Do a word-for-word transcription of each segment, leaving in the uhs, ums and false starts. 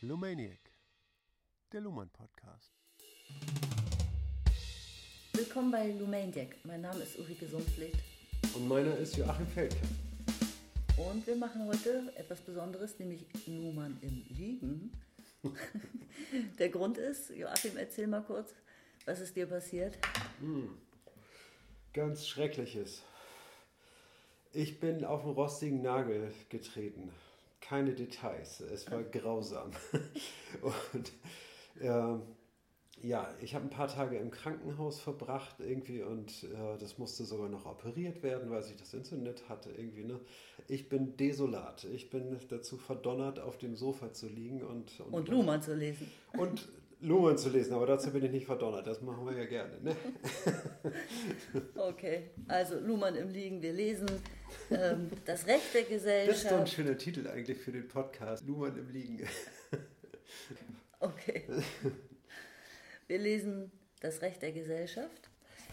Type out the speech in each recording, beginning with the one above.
Lumaniac, der Luhmann Podcast. Willkommen bei Lumaniac. Mein Name ist Ulrike Sundpflicht. Und meiner ist Joachim Feldkamp. Und wir machen heute etwas Besonderes, nämlich Luhmann im Liegen. Der Grund ist, Joachim, erzähl mal kurz, was ist dir passiert? Hm. Ganz Schreckliches. Ich bin auf einen rostigen Nagel getreten. Keine Details, es war grausam. Und äh, ja, ich habe ein paar Tage im Krankenhaus verbracht irgendwie und äh, das musste sogar noch operiert werden, weil sich das entzündet hatte irgendwie. Ne? Ich bin desolat. Ich bin dazu verdonnert, auf dem Sofa zu liegen und... Und, und Luhmann zu lesen. Und Luhmann zu lesen, aber dazu bin ich nicht verdonnert. Das machen wir ja gerne. Ne? Okay, also Luhmann im Liegen, wir lesen ähm, das Recht der Gesellschaft. Das ist doch ein schöner Titel eigentlich für den Podcast. Luhmann im Liegen. Okay. Wir lesen das Recht der Gesellschaft.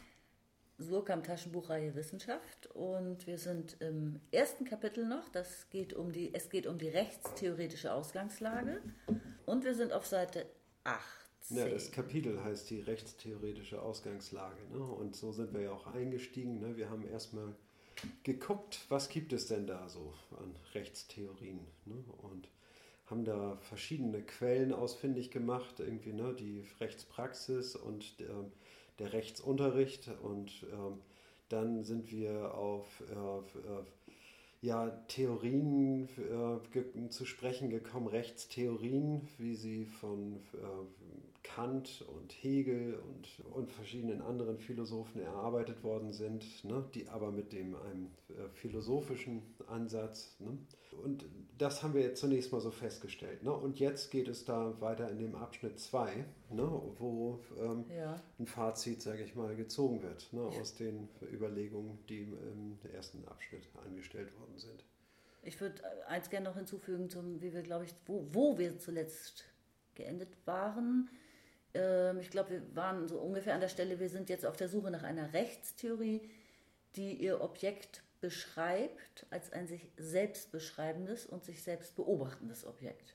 Surkamp Taschenbuchreihe Wissenschaft und wir sind im ersten Kapitel noch. Das geht um die, es geht um die rechtstheoretische Ausgangslage und wir sind auf Seite achtzehn. Ja, das Kapitel heißt die rechtstheoretische Ausgangslage. Ne? Und so sind wir ja auch eingestiegen. Ne? Wir haben erstmal geguckt, was gibt es denn da so an Rechtstheorien. Ne? Und haben da verschiedene Quellen ausfindig gemacht, irgendwie, ne? Die Rechtspraxis und der, der Rechtsunterricht. Und ähm, dann sind wir auf äh, ja, Theorien äh, ge- zu sprechen gekommen, Rechtstheorien, wie sie von äh, Kant und Hegel und, und verschiedenen anderen Philosophen erarbeitet worden sind, ne? Die aber mit dem einem äh, philosophischen Ansatz. Ne? Und das haben wir jetzt zunächst mal so festgestellt. Ne? Und jetzt geht es da weiter in dem Abschnitt zwei, ne? Wo ähm, ja. ein Fazit, sage ich mal, gezogen wird, ne? Aus den Überlegungen, die im ersten Abschnitt angestellt wurden sind. Ich würde eins gerne noch hinzufügen, zum, wie wir, glaube ich, wo, wo wir zuletzt geendet waren. Ähm, ich glaube, wir waren so ungefähr an der Stelle, wir sind jetzt auf der Suche nach einer Rechtstheorie, die ihr Objekt beschreibt als ein sich selbst beschreibendes und sich selbst beobachtendes Objekt.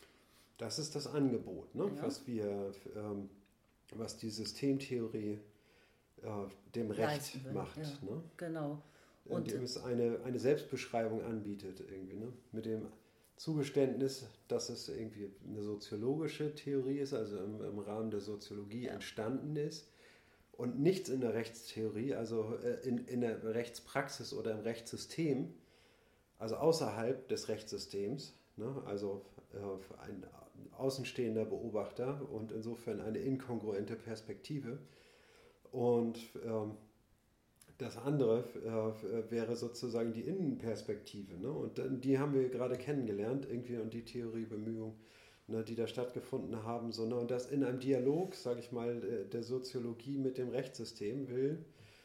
Das ist das Angebot, ne? Ja. was wir, ähm, was die Systemtheorie äh, dem Recht macht. Ja, ne? Genau. Und indem es eine, eine Selbstbeschreibung anbietet, irgendwie, ne? Mit dem Zugeständnis, dass es irgendwie eine soziologische Theorie ist, also im, im Rahmen der Soziologie ja. entstanden ist und nichts in der Rechtstheorie, also in, in der Rechtspraxis oder im Rechtssystem, also außerhalb des Rechtssystems, ne? Also äh, ein außenstehender Beobachter und insofern eine inkongruente Perspektive. Und ähm, das andere äh, wäre sozusagen die Innenperspektive. Ne? Und die haben wir gerade kennengelernt, irgendwie, und die Theoriebemühungen, ne, die da stattgefunden haben. So, ne? Und das in einem Dialog, sage ich mal, der Soziologie mit dem Rechtssystem will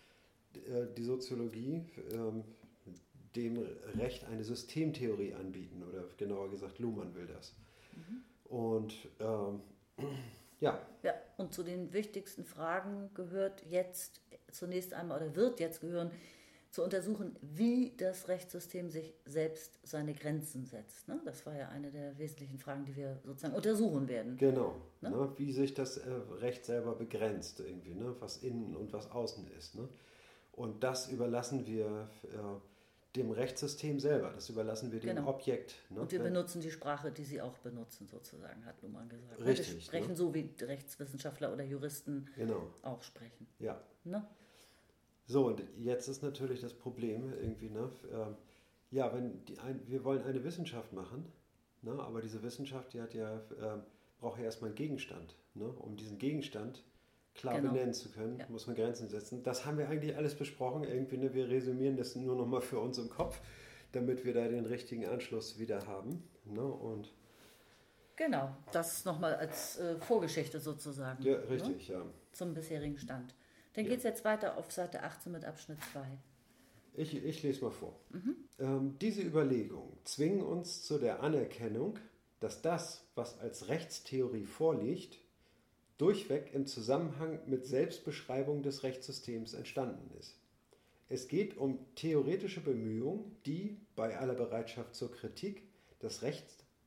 äh, die Soziologie äh, dem Recht eine Systemtheorie anbieten. Oder genauer gesagt, Luhmann will das. Mhm. Und ähm, ja. Ja, und zu den wichtigsten Fragen gehört jetzt zunächst einmal oder wird jetzt gehören, zu untersuchen, wie das Rechtssystem sich selbst seine Grenzen setzt. Ne? Das war ja eine der wesentlichen Fragen, die wir sozusagen untersuchen werden. Genau, ne? Ne? Wie sich das äh, Recht selber begrenzt, irgendwie, ne? Was innen und was außen ist. Ne? Und das überlassen wir äh, dem Rechtssystem selber, das überlassen wir dem genau. Objekt. Ne? Und wir benutzen die Sprache, die sie auch benutzen, sozusagen, hat Luhmann gesagt. Richtig. Wir sprechen ne? so, wie Rechtswissenschaftler oder Juristen genau. auch sprechen. Ja. Ne? So, und jetzt ist natürlich das Problem irgendwie, ne? Äh, ja, wenn die ein, wir wollen eine Wissenschaft machen, ne? Aber diese Wissenschaft, die hat ja, äh, braucht ja erstmal einen Gegenstand. Ne? Um diesen Gegenstand klar genau. benennen zu können, ja. muss man Grenzen setzen. Das haben wir eigentlich alles besprochen. Irgendwie, ne? Wir resümieren das nur noch mal für uns im Kopf, damit wir da den richtigen Anschluss wieder haben. Ne? Und genau, das nochmal als äh, Vorgeschichte sozusagen. Ja, richtig, ne? ja. Zum bisherigen Stand. Dann ja. geht es jetzt weiter auf Seite achtzehn mit Abschnitt zwei. Ich, ich lese mal vor. Mhm. Ähm, diese Überlegungen zwingen uns zu der Anerkennung, dass das, was als Rechtstheorie vorliegt, durchweg im Zusammenhang mit Selbstbeschreibung des Rechtssystems entstanden ist. Es geht um theoretische Bemühungen, die, bei aller Bereitschaft zur Kritik, das Recht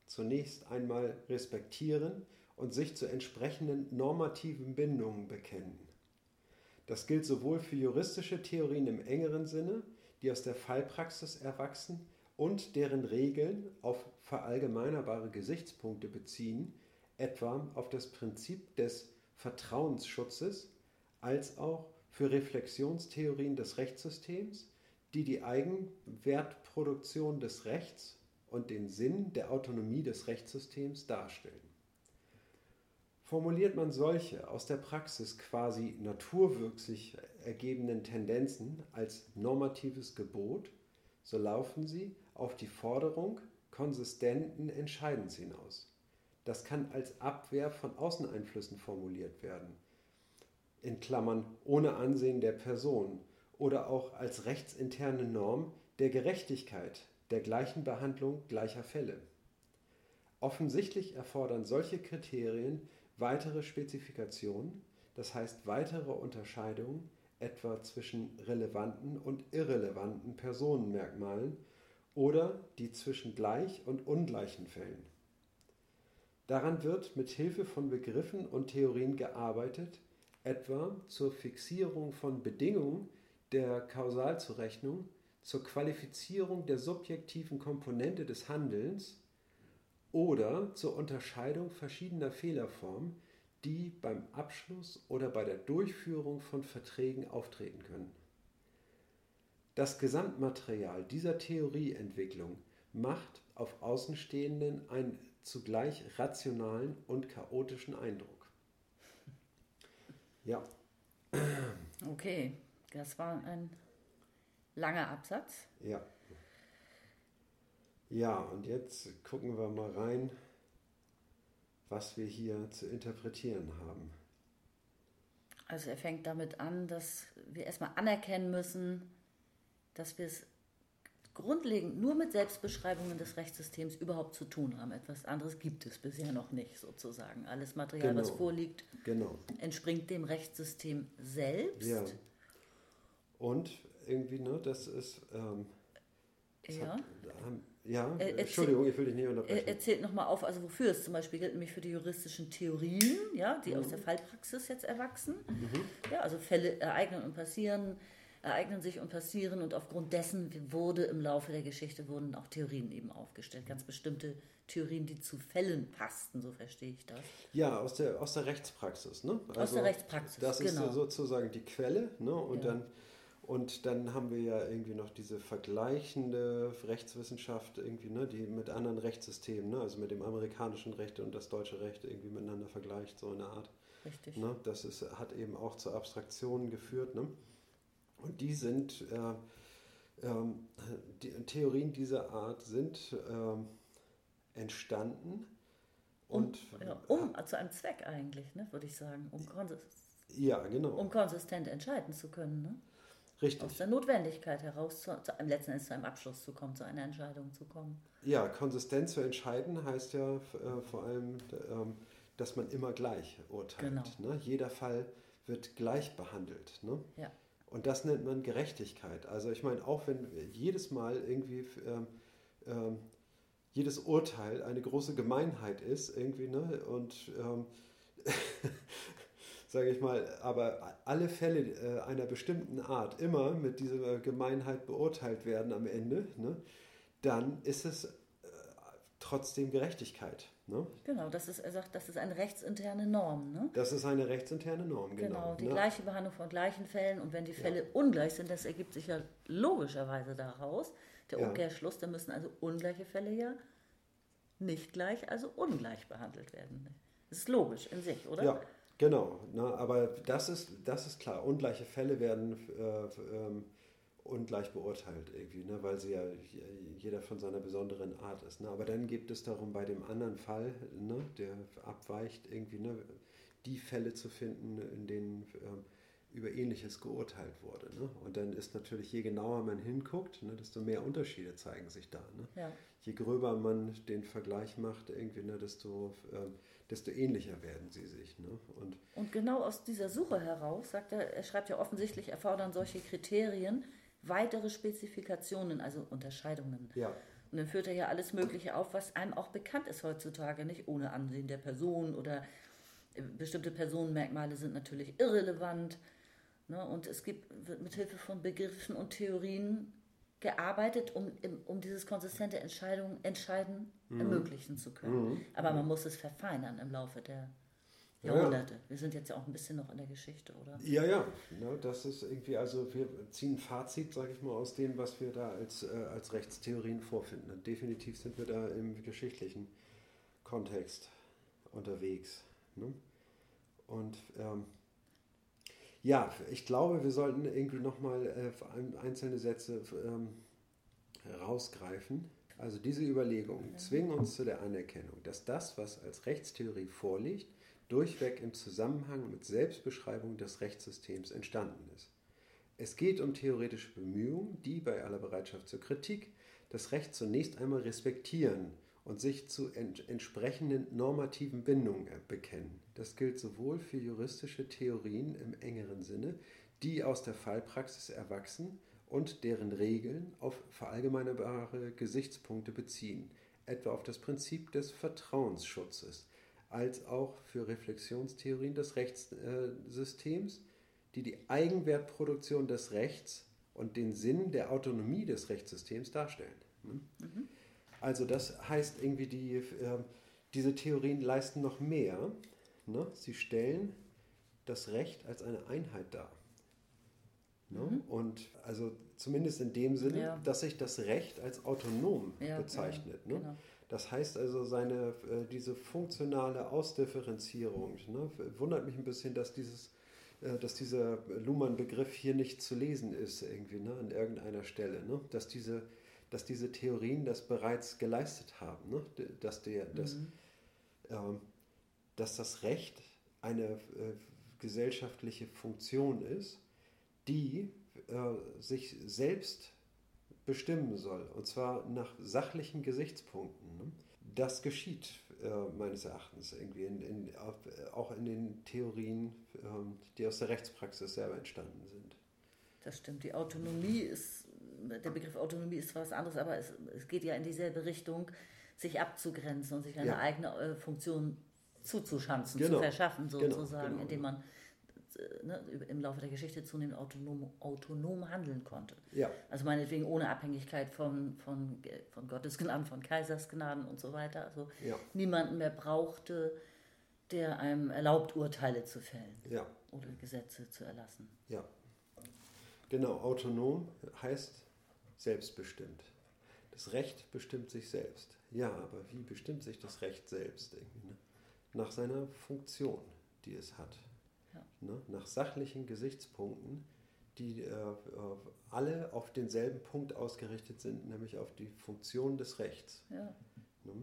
zunächst einmal respektieren und sich zu entsprechenden normativen Bindungen bekennen. Das gilt sowohl für juristische Theorien im engeren Sinne, die aus der Fallpraxis erwachsen und deren Regeln auf verallgemeinerbare Gesichtspunkte beziehen, etwa auf das Prinzip des Vertrauensschutzes, als auch für Reflexionstheorien des Rechtssystems, die die Eigenwertproduktion des Rechts und den Sinn der Autonomie des Rechtssystems darstellen. Formuliert man solche aus der Praxis quasi naturwüchsig ergebenen Tendenzen als normatives Gebot, so laufen sie auf die Forderung konsistenten Entscheidens hinaus. Das kann als Abwehr von Außeneinflüssen formuliert werden, in Klammern ohne Ansehen der Person, oder auch als rechtsinterne Norm der Gerechtigkeit, der gleichen Behandlung gleicher Fälle. Offensichtlich erfordern solche Kriterien weitere Spezifikationen, das heißt weitere Unterscheidungen, etwa zwischen relevanten und irrelevanten Personenmerkmalen oder die zwischen gleich und ungleichen Fällen. Daran wird mit Hilfe von Begriffen und Theorien gearbeitet, etwa zur Fixierung von Bedingungen der Kausalzurechnung, zur Qualifizierung der subjektiven Komponente des Handelns oder zur Unterscheidung verschiedener Fehlerformen, die beim Abschluss oder bei der Durchführung von Verträgen auftreten können. Das Gesamtmaterial dieser Theorieentwicklung macht auf Außenstehenden einen zugleich rationalen und chaotischen Eindruck. Ja. Okay, das war ein langer Absatz. Ja. Ja, und jetzt gucken wir mal rein, was wir hier zu interpretieren haben. Also er fängt damit an, dass wir erstmal anerkennen müssen, dass wir es grundlegend nur mit Selbstbeschreibungen des Rechtssystems überhaupt zu tun haben. Etwas anderes gibt es bisher noch nicht, sozusagen. Alles Material, Genau. was vorliegt, Genau. entspringt dem Rechtssystem selbst. Ja. Und irgendwie, ne, das ist... Ähm, das ja. Hat, ähm, ja, Er, Entschuldigung, ich will dich nicht unterbrechen. Er, er zählt nochmal auf, also wofür es zum Beispiel gilt, nämlich für die juristischen Theorien, ja, die mhm. aus der Fallpraxis jetzt erwachsen. Mhm. Ja, also Fälle ereignen und passieren, ereignen sich und passieren und aufgrund dessen wurde im Laufe der Geschichte wurden auch Theorien eben aufgestellt, ganz bestimmte Theorien, die zu Fällen passten, so verstehe ich das. Ja, aus der, aus der Rechtspraxis. Ne? Also aus der Rechtspraxis, das genau. ist sozusagen die Quelle, ne? Und ja. dann Und dann haben wir ja irgendwie noch diese vergleichende Rechtswissenschaft, irgendwie, ne, die mit anderen Rechtssystemen, ne, also mit dem amerikanischen Recht und das deutsche Recht irgendwie miteinander vergleicht, so eine Art. Richtig. Ne, das ist, hat eben auch zu Abstraktionen geführt. Ne? Und die sind, äh, ähm, die Theorien dieser Art sind äh, entstanden. Und, um, ja, um äh, zu einem Zweck eigentlich, ne, würde ich sagen, um, konsist- ja, genau. um konsistent entscheiden zu können. Ne? Richtig. Aus der Notwendigkeit heraus, zu, zu einem, letzten Endes zu einem Abschluss zu kommen, zu einer Entscheidung zu kommen. Ja, konsistent zu entscheiden heißt ja äh, vor allem, ähm, dass man immer gleich urteilt. Genau. Ne? Jeder Fall wird gleich behandelt. Ne? Ja. Und das nennt man Gerechtigkeit. Also ich meine, auch wenn jedes Mal irgendwie ähm, ähm, jedes Urteil eine große Gemeinheit ist, irgendwie, ne? Und ähm, sage ich mal, aber alle Fälle äh, einer bestimmten Art immer mit dieser Gemeinheit beurteilt werden am Ende, ne, dann ist es äh, trotzdem Gerechtigkeit. Ne? Genau, das ist, er sagt, das ist eine rechtsinterne Norm. Ne? Das ist eine rechtsinterne Norm, genau. Genau, die ne? gleiche Behandlung von gleichen Fällen und wenn die Fälle ja. ungleich sind, das ergibt sich ja logischerweise daraus, der ja. Umkehrschluss, da müssen also ungleiche Fälle ja nicht gleich, also ungleich behandelt werden. Das ist logisch in sich, oder? Ja. Genau, ne, aber das ist, das ist klar. Ungleiche Fälle werden äh, ähm, ungleich beurteilt irgendwie, ne, weil sie ja jeder von seiner besonderen Art ist. Ne. Aber dann geht es darum, bei dem anderen Fall, ne, der abweicht, irgendwie, ne, die Fälle zu finden, in denen ähm, über Ähnliches geurteilt wurde. Ne. Und dann ist natürlich, je genauer man hinguckt, ne, desto mehr Unterschiede zeigen sich da. Ne. Ja. Je gröber man den Vergleich macht, irgendwie, ne, desto... Ähm, desto ähnlicher werden sie sich. Ne? Und, und genau aus dieser Suche heraus, sagt er, er schreibt ja offensichtlich, erfordern solche Kriterien weitere Spezifikationen, also Unterscheidungen ja. Und dann führt er ja alles Mögliche auf, was einem auch bekannt ist heutzutage, nicht ohne Ansehen der Person oder bestimmte Personenmerkmale sind natürlich irrelevant. Ne? Und es gibt, wird mit Hilfe von Begriffen und Theorien gearbeitet, um, um dieses konsistente Entscheidung, Entscheiden mhm. ermöglichen zu können. Mhm. Aber man muss es verfeinern im Laufe der Jahrhunderte. Ja. Wir sind jetzt ja auch ein bisschen noch in der Geschichte, oder? Ja, ja. Ne, das ist irgendwie, also wir ziehen ein Fazit, sage ich mal, aus dem, was wir da als, äh, als Rechtstheorien vorfinden. Und definitiv sind wir da im geschichtlichen Kontext unterwegs. Ne? Und ähm, ja, ich glaube, wir sollten irgendwie nochmal äh, einzelne Sätze ähm, herausgreifen. Also diese Überlegungen ja. zwingen uns zu der Anerkennung, dass das, was als Rechtstheorie vorliegt, durchweg im Zusammenhang mit Selbstbeschreibung des Rechtssystems entstanden ist. Es geht um theoretische Bemühungen, die bei aller Bereitschaft zur Kritik das Recht zunächst einmal respektieren und sich zu ent- entsprechenden normativen Bindungen bekennen. Das gilt sowohl für juristische Theorien im engeren Sinne, die aus der Fallpraxis erwachsen und deren Regeln auf verallgemeinerbare Gesichtspunkte beziehen, etwa auf das Prinzip des Vertrauensschutzes, als auch für Reflexionstheorien des Rechtssystems, die die Eigenwertproduktion des Rechts und den Sinn der Autonomie des Rechtssystems darstellen. Mhm. Also das heißt irgendwie, die, äh, diese Theorien leisten noch mehr. Ne? Sie stellen das Recht als eine Einheit dar. Ne? Mhm. Und also zumindest in dem Sinne, ja. dass sich das Recht als autonom ja, bezeichnet. Ja, ne? Genau. Das heißt also, seine, äh, diese funktionale Ausdifferenzierung, ne? Wundert mich ein bisschen, dass, dieses, äh, dass dieser Luhmann-Begriff hier nicht zu lesen ist irgendwie, ne? An irgendeiner Stelle. Ne? Dass diese dass diese Theorien das bereits geleistet haben, ne? dass, der, dass, mhm. ähm, dass das Recht eine äh, gesellschaftliche Funktion ist, die äh, sich selbst bestimmen soll, und zwar nach sachlichen Gesichtspunkten. Ne? Das geschieht äh, meines Erachtens irgendwie in, in, auch in den Theorien, äh, die aus der Rechtspraxis selber entstanden sind. Das stimmt, die Autonomie ist der Begriff Autonomie ist was anderes, aber es, es geht ja in dieselbe Richtung, sich abzugrenzen und sich eine ja. eigene äh, Funktion zuzuschanzen, genau. zu verschaffen sozusagen, genau, genau. indem man äh, ne, im Laufe der Geschichte zunehmend autonom, autonom handeln konnte. Ja. Also meinetwegen ohne Abhängigkeit von, von, von Gottes Gnaden, von Kaisersgnaden und so weiter. Also ja. niemanden mehr brauchte, der einem erlaubt, Urteile zu fällen ja. oder Gesetze zu erlassen. Ja. Genau, autonom heißt selbstbestimmt. Das Recht bestimmt sich selbst. Ja, aber wie bestimmt sich das Recht selbst? Irgendwie, ne? Nach seiner Funktion, die es hat. Ja. Ne? Nach sachlichen Gesichtspunkten, die äh, alle auf denselben Punkt ausgerichtet sind, nämlich auf die Funktion des Rechts. Ja. Ne?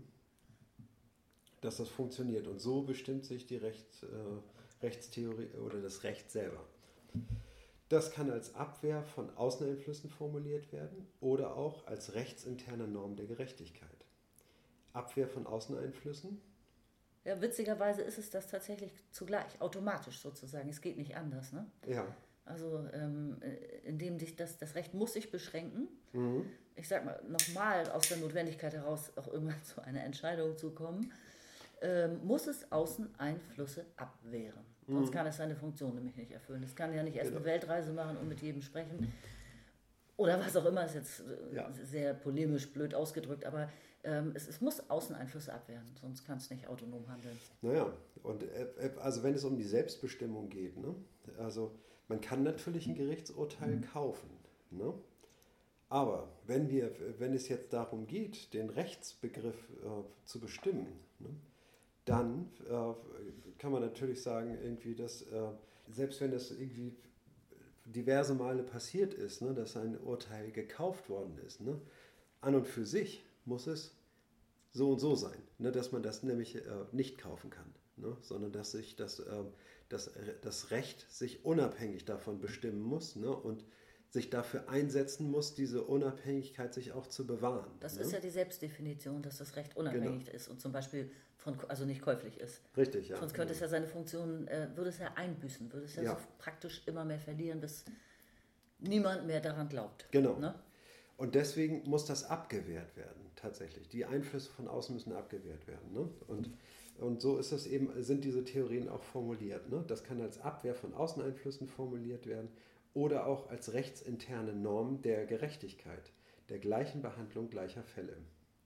Dass das funktioniert. Und so bestimmt sich die Recht, äh, Rechtstheorie oder das Recht selber. Das kann als Abwehr von Außeneinflüssen formuliert werden oder auch als rechtsinterne Norm der Gerechtigkeit. Abwehr von Außeneinflüssen? Ja, witzigerweise ist es das tatsächlich zugleich, automatisch sozusagen. Es geht nicht anders. Ne? Ja. Also ähm, indem sich das, das Recht muss sich beschränken. Mhm. Ich sag mal, nochmal aus der Notwendigkeit heraus auch irgendwann zu einer Entscheidung zu kommen, ähm, muss es Außeneinflüsse abwehren. Sonst kann es seine Funktion nämlich nicht erfüllen. Es kann ja nicht erst genau. eine Weltreise machen und mit jedem sprechen. Oder was auch immer, ist jetzt ja. sehr polemisch blöd ausgedrückt, aber ähm, es, es muss Außeneinflüsse abwehren, sonst kann es nicht autonom handeln. Naja, und äh, also wenn es um die Selbstbestimmung geht, ne? Also man kann natürlich ein Gerichtsurteil mhm. kaufen, ne? Aber wenn, wir, wenn es jetzt darum geht, den Rechtsbegriff äh, zu bestimmen, ne? Dann äh, kann man natürlich sagen, irgendwie, dass äh, selbst wenn das irgendwie diverse Male passiert ist, ne, dass ein Urteil gekauft worden ist, ne, an und für sich muss es so und so sein, ne, dass man das nämlich äh, nicht kaufen kann, ne, sondern dass sich das, äh, das, das Recht sich unabhängig davon bestimmen muss, ne, und sich dafür einsetzen muss, diese Unabhängigkeit sich auch zu bewahren. Das ne? ist ja die Selbstdefinition, dass das Recht unabhängig genau. ist und zum Beispiel von, also nicht käuflich ist. Richtig, ja. Sonst könnte genau. es ja seine Funktion, äh, würde es ja einbüßen, würde es ja, ja. So praktisch immer mehr verlieren, bis niemand mehr daran glaubt. Genau. Ne? Und deswegen muss das abgewehrt werden, tatsächlich. Die Einflüsse von außen müssen abgewehrt werden. Ne? Und, und so ist es eben, sind diese Theorien auch formuliert. Ne? Das kann als Abwehr von Außeneinflüssen formuliert werden oder auch als rechtsinterne Norm der Gerechtigkeit, der gleichen Behandlung gleicher Fälle.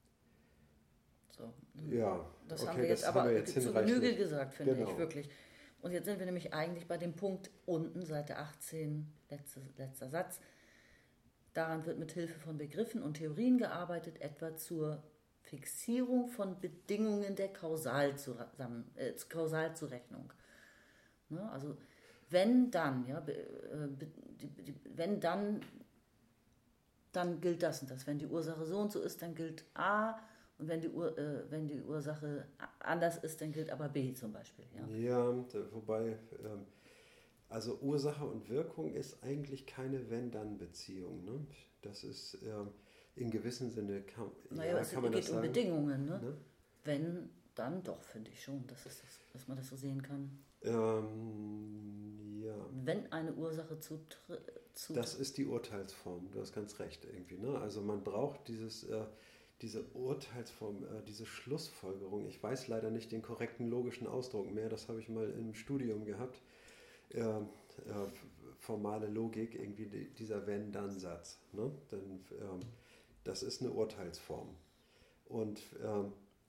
So. Ja, das okay, haben wir jetzt das aber haben wir jetzt zu Genüge gesagt, finde genau. ich wirklich. Und jetzt sind wir nämlich eigentlich bei dem Punkt unten, Seite achtzehn, letzter, letzter Satz. Daran wird mit Hilfe von Begriffen und Theorien gearbeitet, etwa zur Fixierung von Bedingungen der Kausalzusammen, äh, Kausalzurechnung. Ne? Also wenn dann, ja, be, äh, die, die, wenn dann, dann gilt das und das. Wenn die Ursache so und so ist, dann gilt A. Und wenn die, Ur, äh, wenn die Ursache anders ist, dann gilt aber B zum Beispiel. Ja, ja wobei, ähm, also Ursache und Wirkung ist eigentlich keine Wenn-Dann-Beziehung. Ne? Das ist ähm, in gewissem Sinne, kann, naja, ja, es kann man geht das um sagen. Bedingungen. Ne? Ne? Wenn, dann doch, finde ich schon, dass, es das, dass man das so sehen kann. Ähm, ja. Wenn eine Ursache zu... zu das ist die Urteilsform, du hast ganz recht irgendwie. Ne? Also man braucht dieses... Äh, diese Urteilsform, äh, diese Schlussfolgerung, ich weiß leider nicht den korrekten logischen Ausdruck mehr, das habe ich mal im Studium gehabt, äh, äh, formale Logik, irgendwie die, dieser Wenn-Dann-Satz. Ne? Denn, äh, das ist eine Urteilsform. Und äh,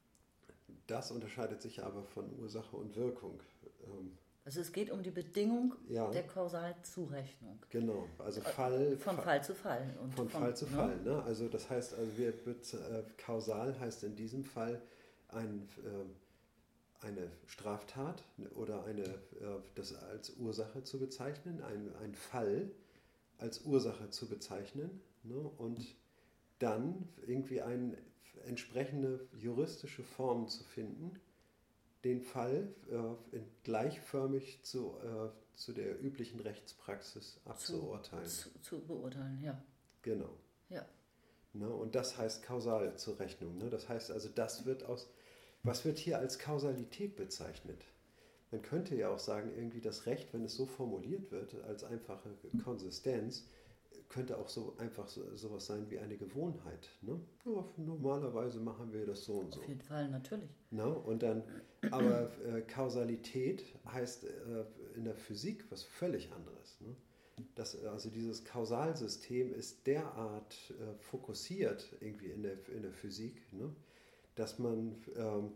das unterscheidet sich aber von Ursache und Wirkung. Ähm, Also es geht um die Bedingung ja, der Kausalzurechnung. Genau, also Fall... Von Fall, Fall zu Fall. Und von von, Fall zu ne? Fall. Ne? Also das heißt, also wir, äh, kausal heißt in diesem Fall ein, äh, eine Straftat oder eine, äh, das als Ursache zu bezeichnen, ein, ein Fall als Ursache zu bezeichnen, ne? Und dann irgendwie eine entsprechende juristische Form zu finden, den Fall äh, in gleichförmig zu, äh, zu der üblichen Rechtspraxis abzuurteilen. Zu, zu, zu beurteilen, ja. Genau. Ja. Ne, und das heißt Kausalzurechnung. Ne? Das heißt also, das wird aus, was wird hier als Kausalität bezeichnet? Man könnte ja auch sagen, irgendwie das Recht, wenn es so formuliert wird, als einfache Konsistenz, könnte auch so einfach so, sowas sein wie eine Gewohnheit. Ne? Ja, normalerweise machen wir das so und so. Auf jeden Fall, natürlich. Ne? Und dann, aber äh, Kausalität heißt äh, in der Physik was völlig anderes. Ne? Das, also dieses Kausalsystem ist derart äh, fokussiert irgendwie in der, in der Physik, ne? Dass man ähm,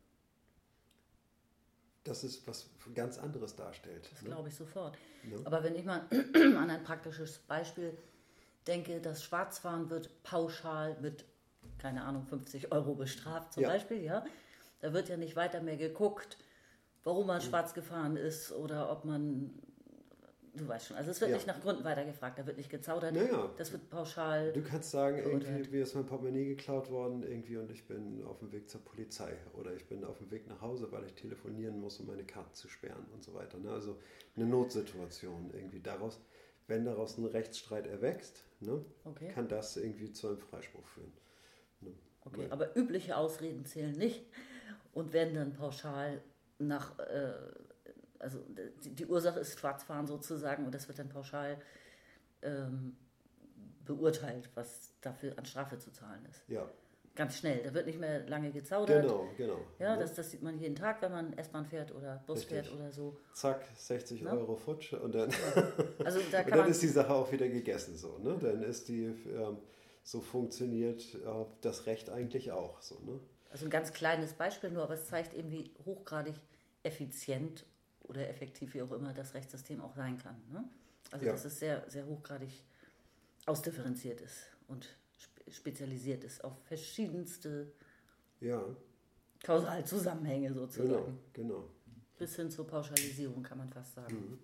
dass es was ganz anderes darstellt. Das ne? glaube ich sofort. Ne? Aber wenn ich mal an ein praktisches Beispiel denke, das Schwarzfahren wird pauschal mit, keine Ahnung, fünfzig Euro bestraft zum Ja. Beispiel, ja, da wird ja nicht weiter mehr geguckt, warum man schwarz gefahren ist oder ob man, du weißt schon, also es wird Ja. nicht nach Gründen weitergefragt, da wird nicht gezaudert, Naja. das wird pauschal. Du kannst sagen, irgendwie, beurteilt. mir ist mein Portemonnaie geklaut worden irgendwie und ich bin auf dem Weg zur Polizei oder ich bin auf dem Weg nach Hause, weil ich telefonieren muss, um meine Karte zu sperren und so weiter. Ne? Also eine Notsituation irgendwie daraus, wenn daraus ein Rechtsstreit erwächst, ne, Okay. kann das irgendwie zu einem Freispruch führen. Ne? Okay, aber übliche Ausreden zählen nicht und werden dann pauschal nach, äh, also die, die Ursache ist Schwarzfahren sozusagen und das wird dann pauschal ähm, beurteilt, was dafür an Strafe zu zahlen ist. Ja, Ganz schnell, da wird nicht mehr lange gezaudert. genau, genau. Ja, ne? das, das sieht man jeden Tag, wenn man S-Bahn fährt oder Bus Richtig. fährt oder so. Zack, sechzig Ne? Euro Futsch und dann, Also da und kann dann man, ist die Sache auch wieder gegessen so. Ne? Dann ist die, ähm, so funktioniert äh, das Recht eigentlich auch so. Ne? also ein ganz kleines Beispiel nur, aber es zeigt eben, wie hochgradig effizient oder effektiv, wie auch immer, das Rechtssystem auch sein kann. Ne? Also Ja. dass es sehr, sehr hochgradig ausdifferenziert ist und spe- spezialisiert ist auf verschiedenste Ja, Kausalzusammenhänge genau, sozusagen. genau. Bis hin zur Pauschalisierung, kann man fast sagen. Mhm.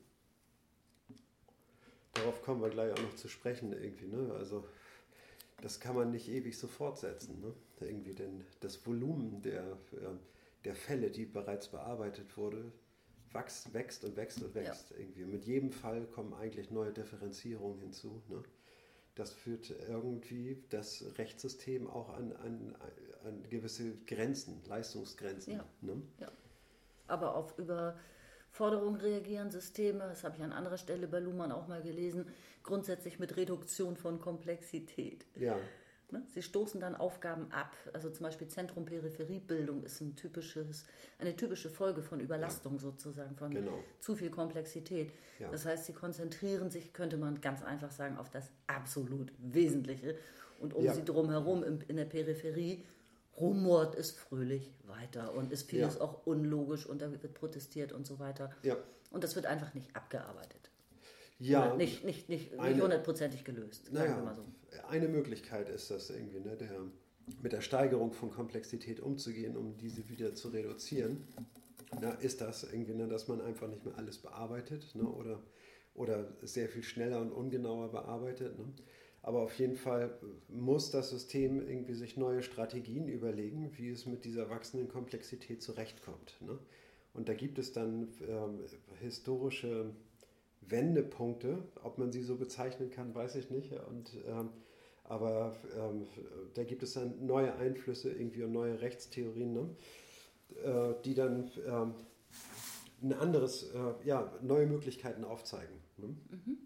Darauf kommen wir gleich auch noch zu sprechen irgendwie, ne? Also das kann man nicht ewig so fortsetzen, ne? Irgendwie, denn das Volumen der, äh, der Fälle, die bereits bearbeitet wurde, wächst, wächst und wächst und wächst irgendwie. Mit jedem Fall kommen eigentlich neue Differenzierungen hinzu, ne? Das führt irgendwie das Rechtssystem auch an, an, an gewisse Grenzen, Leistungsgrenzen. Ja. Ne? Aber auf Überforderung reagieren Systeme, das habe ich an anderer Stelle bei Luhmann auch mal gelesen, grundsätzlich mit Reduktion von Komplexität. Ja, Ne? Sie stoßen dann Aufgaben ab. Also zum Beispiel Zentrum-Peripheriebildung ist ein typisches, eine typische Folge von Überlastung ja. sozusagen, von genau. zu viel Komplexität. Ja. Das heißt, sie konzentrieren sich, könnte man ganz einfach sagen, auf das absolut Wesentliche. Und um ja. sie drumherum in, in der Peripherie rumort es fröhlich weiter und ist vieles ja. auch unlogisch und da wird protestiert und so weiter. Ja. Und das wird einfach nicht abgearbeitet. Ja. Oder nicht, nicht, nicht, nicht hundertprozentig gelöst, sagen naja, wir mal so. Eine Möglichkeit ist das irgendwie, ne, der, mit der Steigerung von Komplexität umzugehen, um diese wieder zu reduzieren. Na, ist das irgendwie, ne, dass man einfach nicht mehr alles bearbeitet, ne, oder, oder sehr viel schneller und ungenauer bearbeitet. Ne? Aber auf jeden Fall muss das System irgendwie sich neue Strategien überlegen, wie es mit dieser wachsenden Komplexität zurechtkommt. Ne? Und da gibt es dann ähm, historische Wendepunkte, ob man sie so bezeichnen kann, weiß ich nicht. Und, ähm, aber ähm, da gibt es dann neue Einflüsse irgendwie und neue Rechtstheorien, ne? äh, die dann ähm, ein anderes, äh, ja, neue Möglichkeiten aufzeigen. Ne? Mhm.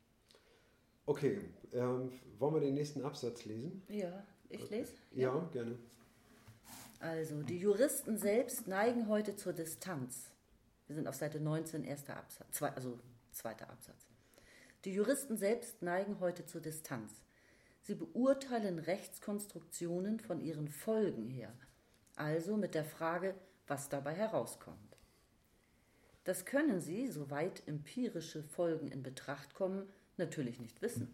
Okay, ähm, wollen wir den nächsten Absatz lesen? Ja, ich lese. Ja, ja, gerne. Also, die Juristen selbst neigen heute zur Distanz. Wir sind auf Seite neunzehn, erster Absatz, zwei, also zweiter Absatz. Die Juristen selbst neigen heute zur Distanz. Sie beurteilen Rechtskonstruktionen von ihren Folgen her, also mit der Frage, was dabei herauskommt. Das können sie, soweit empirische Folgen in Betracht kommen, natürlich nicht wissen.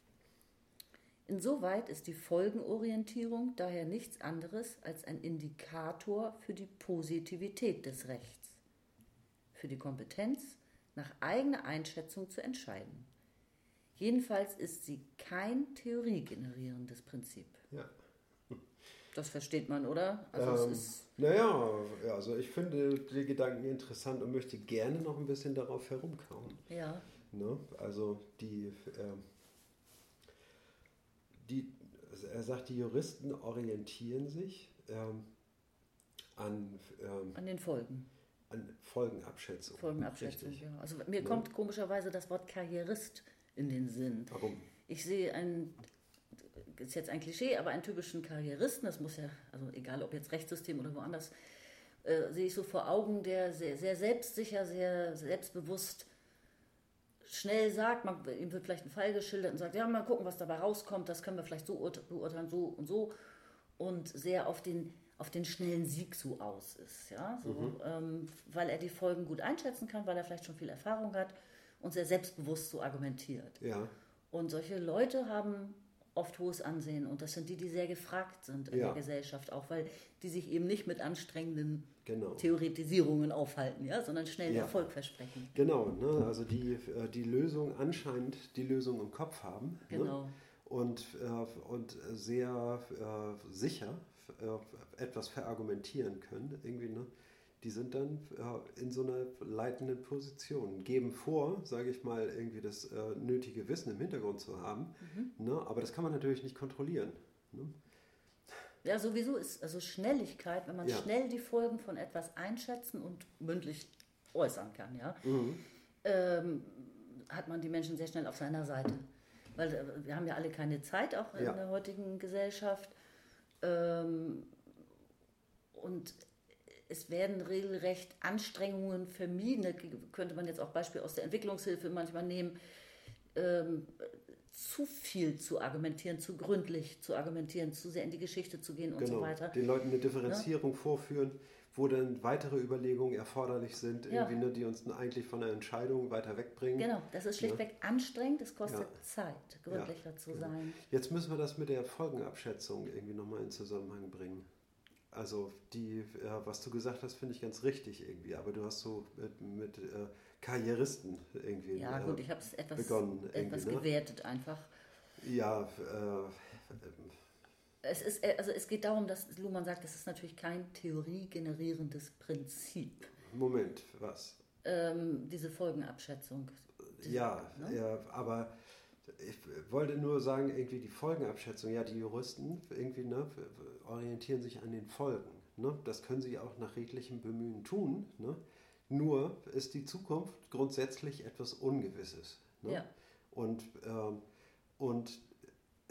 Insoweit ist die Folgenorientierung daher nichts anderes als ein Indikator für die Positivität des Rechts, für die Kompetenz, nach eigener Einschätzung zu entscheiden. Jedenfalls ist sie kein theoriegenerierendes Prinzip. Ja. Das versteht man, oder? Also ähm, es ist naja, also ich finde die Gedanken interessant und möchte gerne noch ein bisschen darauf herumkauen. Ja. Ne? Also die, ähm, die, er sagt, die Juristen orientieren sich ähm, an, ähm, an den Folgen. An Folgenabschätzung. Folgenabschätzung, Richtig. ja. Also mir Ja. kommt komischerweise das Wort Karrierist in den Sinn. Warum? Ich sehe einen, ist jetzt ein Klischee, aber einen typischen Karrieristen, das muss ja, also egal ob jetzt Rechtssystem oder woanders, äh, sehe ich so vor Augen, der sehr, sehr selbstsicher, sehr selbstbewusst schnell sagt, man, ihm wird vielleicht ein Fall geschildert und sagt, ja, mal gucken, was dabei rauskommt, das können wir vielleicht so beurteilen, so und so, und sehr auf den auf den schnellen Sieg so aus ist, ja, so, mhm. ähm, weil er die Folgen gut einschätzen kann, weil er vielleicht schon viel Erfahrung hat und sehr selbstbewusst so argumentiert. Ja. Und solche Leute haben oft hohes Ansehen und das sind die, die sehr gefragt sind in ja. der Gesellschaft, auch weil die sich eben nicht mit anstrengenden genau. Theoretisierungen aufhalten, ja, sondern schnell ja. Erfolg versprechen. Genau, ne? Also die, die Lösung anscheinend die Lösung im Kopf haben, genau. ne? und, äh, und sehr äh, sicher äh, etwas verargumentieren können, irgendwie, ne? Die sind dann äh, in so einer leitenden Position, geben vor, sage ich mal, irgendwie das äh, nötige Wissen im Hintergrund zu haben, Mhm. ne? Aber das kann man natürlich nicht kontrollieren. Ne? Ja, sowieso ist also Schnelligkeit, wenn man ja. schnell die Folgen von etwas einschätzen und mündlich äußern kann, ja, mhm. ähm, hat man die Menschen sehr schnell auf seiner Seite. Weil äh, wir haben ja alle keine Zeit, auch in ja. der heutigen Gesellschaft. Ähm, und es werden regelrecht Anstrengungen vermieden. Da könnte man jetzt auch Beispiel aus der Entwicklungshilfe manchmal nehmen, ähm, zu viel zu argumentieren, zu gründlich zu argumentieren, zu sehr in die Geschichte zu gehen und genau. so weiter. Den Leuten eine Differenzierung ja? vorführen, wo dann weitere Überlegungen erforderlich sind, irgendwie, ja. ne, die uns dann eigentlich von der Entscheidung weiter wegbringen. Genau, das ist schlichtweg ja. anstrengend, es kostet ja. Zeit, gründlicher ja. zu ja. sein. Jetzt müssen wir das mit der Folgenabschätzung irgendwie nochmal in Zusammenhang bringen. Also die, ja, was du gesagt hast, finde ich ganz richtig irgendwie, aber du hast so mit, mit äh, Karrieristen irgendwie Ja äh, gut, ich habe es etwas, begonnen, etwas ne? gewertet einfach. Ja, äh, es ist, also es geht darum, dass Luhmann sagt, das ist natürlich kein theoriegenerierendes Prinzip. Moment, was? Ähm, diese Folgenabschätzung. Diese, ja, ne? ja, aber ich wollte nur sagen, irgendwie die Folgenabschätzung, ja, die Juristen irgendwie, ne, orientieren sich an den Folgen. Ne? Das können sie auch nach redlichem Bemühen tun. Ne? Nur ist die Zukunft grundsätzlich etwas Ungewisses. Ne? Ja. Und, ähm, und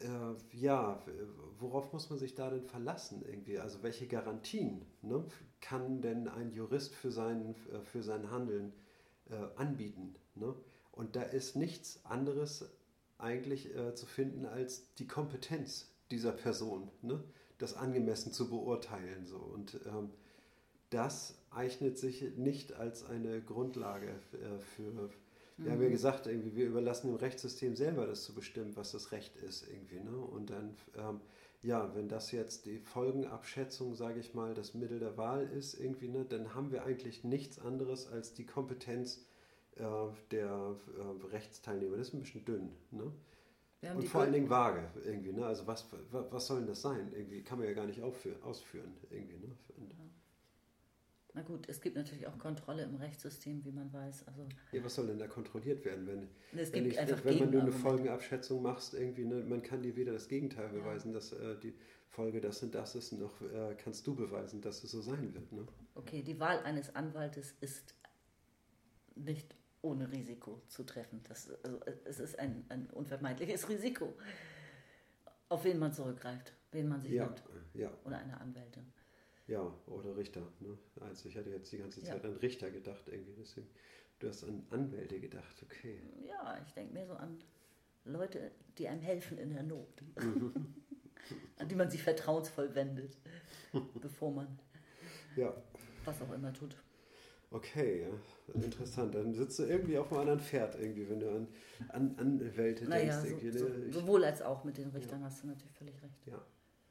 äh, ja, worauf muss man sich da denn verlassen irgendwie? Also welche Garantien, ne, kann denn ein Jurist für sein, für sein Handeln äh, anbieten? Ne? Und da ist nichts anderes eigentlich äh, zu finden als die Kompetenz dieser Person, ne? Das angemessen zu beurteilen. So. Und ähm, das eignet sich nicht als eine Grundlage äh, für... Wir haben ja gesagt, irgendwie, wir überlassen dem Rechtssystem selber das zu bestimmen, was das Recht ist. Irgendwie, ne? Und dann, ähm, ja, wenn das jetzt die Folgenabschätzung, sage ich mal, das Mittel der Wahl ist, irgendwie, ne, dann haben wir eigentlich nichts anderes als die Kompetenz äh, der äh, Rechtsteilnehmer. Das ist ein bisschen dünn. Ne? Und vor allen Dingen vage. Irgendwie, ne? Also was, was soll denn das sein? Irgendwie kann man ja gar nicht aufführen, ausführen. Irgendwie, ne? Und ja. Na gut, es gibt natürlich auch Kontrolle im Rechtssystem, wie man weiß. Also ja, was soll denn da kontrolliert werden, wenn, es wenn, gibt ich, einfach wenn man nur eine Folgenabschätzung machst, irgendwie, ne, man kann dir weder das Gegenteil ja. beweisen, dass äh, die Folge das und das ist, noch äh, kannst du beweisen, dass es so sein wird. Ne? Okay, die Wahl eines Anwaltes ist nicht ohne Risiko zu treffen. Das, also, es ist ein, ein unvermeidliches Risiko, auf wen man zurückgreift, wen man sich ja, nimmt. Ja. Oder eine Anwältin. Ja, oder Richter. Ne? Also ich hatte jetzt die ganze Zeit ja. an Richter gedacht, irgendwie. Deswegen, du hast an Anwälte gedacht, okay. Ja, ich denke mehr so an Leute, die einem helfen in der Not. An die man sich vertrauensvoll wendet, bevor man ja. was auch immer tut. Okay, ja. Interessant. Dann sitzt du irgendwie auf einem anderen Pferd, irgendwie, wenn du an, an Anwälte naja, denkst. So, so, ich, sowohl als auch mit den Richtern ja. hast du natürlich völlig recht. Ja.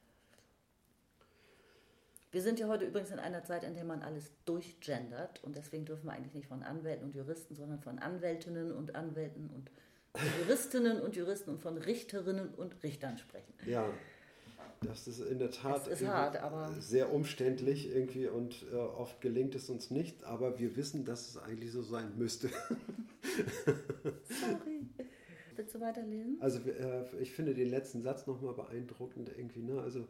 Wir sind ja heute übrigens in einer Zeit, in der man alles durchgendert und deswegen dürfen wir eigentlich nicht von Anwälten und Juristen, sondern von Anwältinnen und Anwälten und Juristinnen und Juristen und von Richterinnen und Richtern sprechen. Ja, das ist in der Tat ist hart, aber sehr umständlich irgendwie und äh, oft gelingt es uns nicht, aber wir wissen, dass es eigentlich so sein müsste. Sorry. Willst du weiterlesen? Also äh, ich finde den letzten Satz nochmal beeindruckend irgendwie, ne? Also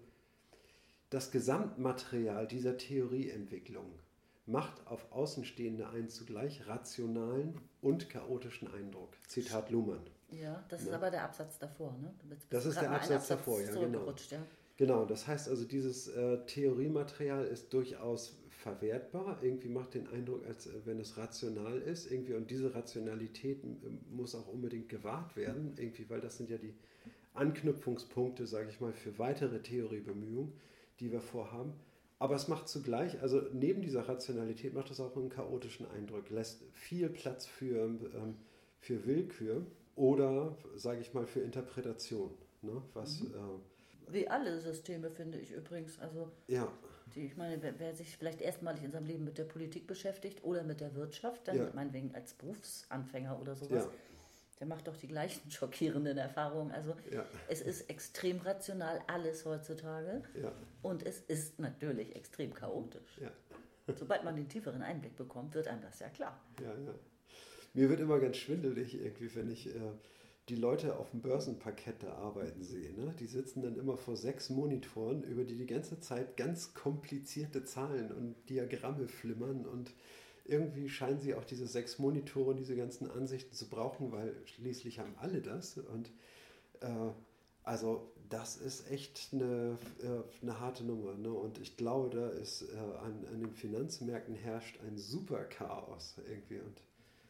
das Gesamtmaterial dieser Theorieentwicklung macht auf Außenstehende einen zugleich rationalen und chaotischen Eindruck. Zitat Luhmann. Ja, das ja. ist aber der Absatz davor, ne? Du bist, das ist der Absatz, Absatz davor, ja, genau. Ja. Genau, das heißt also, dieses äh, Theoriematerial ist durchaus verwertbar. Irgendwie macht den Eindruck, als äh, wenn es rational ist. Irgendwie, und diese Rationalität äh, muss auch unbedingt gewahrt werden, irgendwie, weil das sind ja die Anknüpfungspunkte, sage ich mal, für weitere Theoriebemühungen, die wir vorhaben. Aber es macht zugleich, also neben dieser Rationalität macht es auch einen chaotischen Eindruck, lässt viel Platz für, ähm, für Willkür oder, sage ich mal, für Interpretation. Ne? Was, mhm. äh, Wie alle Systeme, finde ich übrigens. Also, ja. die, ich meine, wer, wer sich vielleicht erstmalig in seinem Leben mit der Politik beschäftigt oder mit der Wirtschaft, dann ja. meinetwegen als Berufsanfänger oder sowas, ja. der macht doch die gleichen schockierenden Erfahrungen. Also ja. es ist extrem rational alles heutzutage ja. und es ist natürlich extrem chaotisch. Ja. Sobald man den tieferen Einblick bekommt, wird einem das ja klar. Ja, ja. Mir wird immer ganz schwindelig irgendwie, wenn ich äh, die Leute auf dem Börsenparkett da arbeiten sehe. Ne? Die sitzen dann immer vor sechs Monitoren, über die die ganze Zeit ganz komplizierte Zahlen und Diagramme flimmern und irgendwie scheinen sie auch diese sechs Monitore, diese ganzen Ansichten zu brauchen, weil schließlich haben alle das. Und äh, also das ist echt eine, äh, eine harte Nummer. Ne? Und ich glaube, da ist äh, an, an den Finanzmärkten herrscht ein super Chaos irgendwie. Und,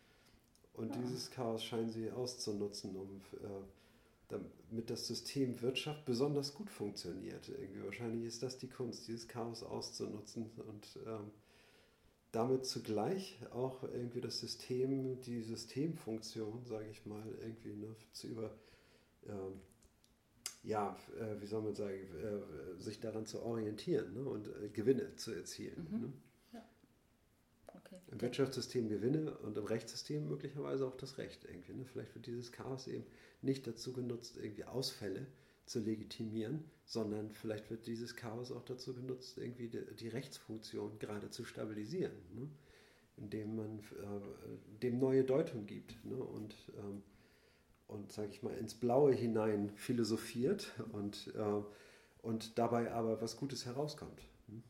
und ja. dieses Chaos scheinen sie auszunutzen, um äh, damit das System Wirtschaft besonders gut funktioniert. Irgendwie. Wahrscheinlich ist das die Kunst, dieses Chaos auszunutzen und ähm, damit zugleich auch irgendwie das System, die Systemfunktion, sage ich mal, irgendwie ne, zu über, ähm, ja, äh, wie soll man sagen, äh, sich daran zu orientieren ne, und äh, Gewinne zu erzielen. Mhm. Ne? Ja. Okay. Im Wirtschaftssystem Gewinne und im Rechtssystem möglicherweise auch das Recht irgendwie. Ne? Vielleicht wird dieses Chaos eben nicht dazu genutzt, irgendwie Ausfälle zu legitimieren, sondern vielleicht wird dieses Chaos auch dazu genutzt, irgendwie die, die Rechtsfunktion gerade zu stabilisieren, ne? Indem man äh, dem neue Deutung gibt ne? und, ähm, und sage ich mal, ins Blaue hinein philosophiert und, äh, und dabei aber was Gutes herauskommt. Hm?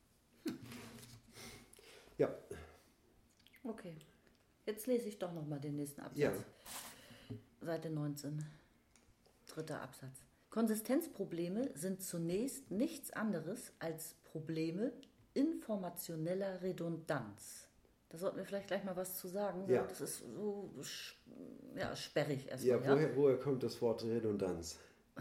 Ja. Okay, jetzt lese ich doch nochmal den nächsten Absatz. Ja. Seite neunzehn, dritter Absatz. Konsistenzprobleme sind zunächst nichts anderes als Probleme informationeller Redundanz. Da sollten wir vielleicht gleich mal was zu sagen. Ja. Das ist so ja, sperrig erstmal. Ja, woher, ja? woher kommt das Wort Redundanz?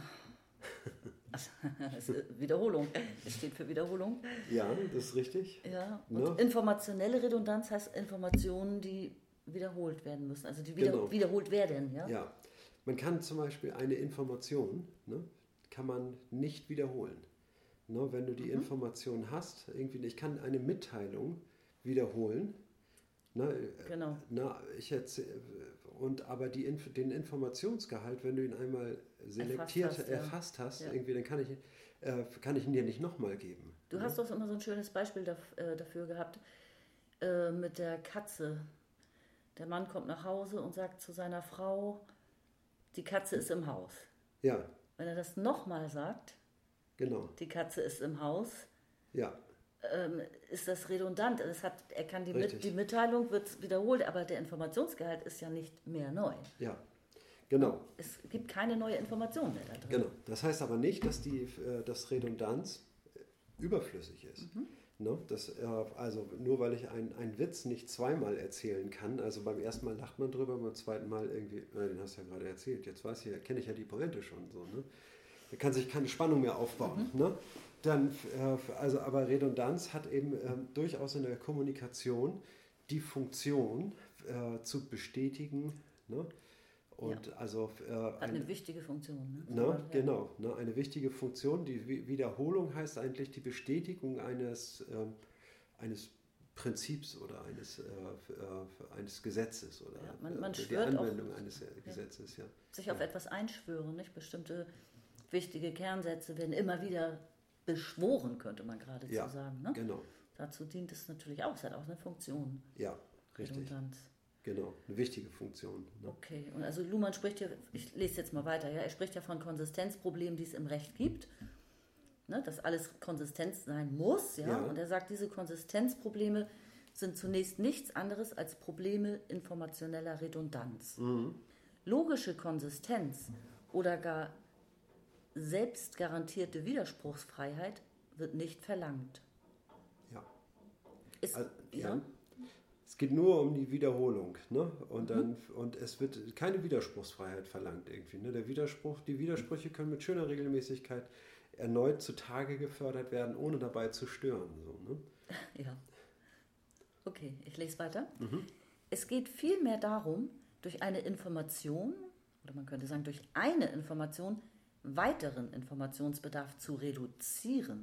Das ist Wiederholung. Es steht für Wiederholung. Ja, das ist richtig. Ja. Und ne? Informationelle Redundanz heißt Informationen, die wiederholt werden müssen. Also die wieder, genau. wiederholt werden. Ja? Ja. Man kann zum Beispiel eine Information, ne, kann man nicht wiederholen. Ne, wenn du die mhm. Information hast, irgendwie, ich kann eine Mitteilung wiederholen. Ne, genau. Na, ich erzähl, und aber die, den Informationsgehalt, wenn du ihn einmal selektiert, erfasst hast, erfasst ja. hast, ja. irgendwie, dann kann ich, äh, kann ich ihn dir nicht nochmal geben. Du ne? hast doch immer so ein schönes Beispiel dafür gehabt äh, mit der Katze. Der Mann kommt nach Hause und sagt zu seiner Frau, die Katze ist im Haus. Ja. Wenn er das nochmal sagt, genau. die Katze ist im Haus, ja. ähm, ist das redundant. Das hat, er kann die, mit, die Mitteilung wird wiederholt, aber der Informationsgehalt ist ja nicht mehr neu. Ja, genau. Es gibt keine neue Information mehr da drin. Genau. Das heißt aber nicht, dass die äh, dass Redundanz überflüssig ist. Mhm. Ne? Das, äh, also nur weil ich einen, einen Witz nicht zweimal erzählen kann, also beim ersten Mal lacht man drüber, beim zweiten Mal irgendwie, na, den hast du ja gerade erzählt, jetzt weiß ich, kenne ich ja die Pointe schon so, ne? Da kann sich keine Spannung mehr aufbauen. Mhm. Ne? Dann, äh, also, aber Redundanz hat eben äh, durchaus in der Kommunikation die Funktion äh, zu bestätigen, ne? Und ja. also äh, hat eine, eine wichtige Funktion. Ne? Ne, ja. Genau, ne, eine wichtige Funktion. Die Wiederholung heißt eigentlich die Bestätigung eines, äh, eines Prinzips oder eines, äh, äh, eines Gesetzes oder ja, man, man die Anwendung auch, eines Gesetzes. Ja. Sich ja. auf etwas einschwören, nicht? Bestimmte wichtige Kernsätze werden immer wieder beschworen, könnte man geradezu ja, sagen. Ne? Genau. Dazu dient es natürlich auch, es hat auch eine Funktion. Ja, richtig. Redundanz. Genau, eine wichtige Funktion. Ne? Okay, und also Luhmann spricht ja, ich lese jetzt mal weiter, ja, er spricht ja von Konsistenzproblemen, die es im Recht gibt, ne, dass alles konsistent sein muss, ja? ja, und er sagt, diese Konsistenzprobleme sind zunächst nichts anderes als Probleme informationeller Redundanz. Mhm. Logische Konsistenz oder gar selbstgarantierte Widerspruchsfreiheit wird nicht verlangt. Ja. Ist, also, ja. ja. Es geht nur um die Wiederholung, ne? Und dann mhm. und es wird keine Widerspruchsfreiheit verlangt irgendwie. Ne? Der Widerspruch, die Widersprüche können mit schöner Regelmäßigkeit erneut zutage gefördert werden, ohne dabei zu stören. So, ne? Ja. Okay, ich lese weiter. Mhm. Es geht vielmehr darum, durch eine Information, oder man könnte sagen, durch eine Information weiteren Informationsbedarf zu reduzieren.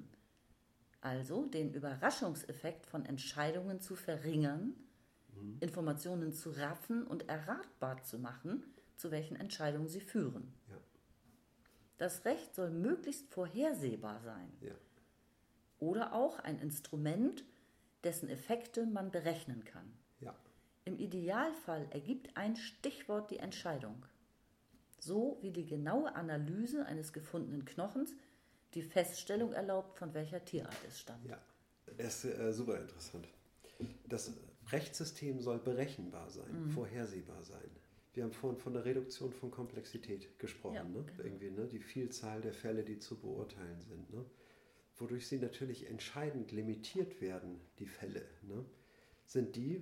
Also den Überraschungseffekt von Entscheidungen zu verringern, mhm. Informationen zu raffen und erratbar zu machen, zu welchen Entscheidungen sie führen. Ja. Das Recht soll möglichst vorhersehbar sein. Ja. Oder auch ein Instrument, dessen Effekte man berechnen kann. Ja. Im Idealfall ergibt ein Stichwort die Entscheidung. So wie die genaue Analyse eines gefundenen Knochens die Feststellung erlaubt, von welcher Tierart es stammt. Ja, das ist äh, super interessant. Das Rechtssystem soll berechenbar sein, mhm. vorhersehbar sein. Wir haben vorhin von der Reduktion von Komplexität gesprochen, ja, ne? Genau. Irgendwie, ne? Die Vielzahl der Fälle, die zu beurteilen sind. Ne? Wodurch sie natürlich entscheidend limitiert werden, die Fälle, ne? Sind die,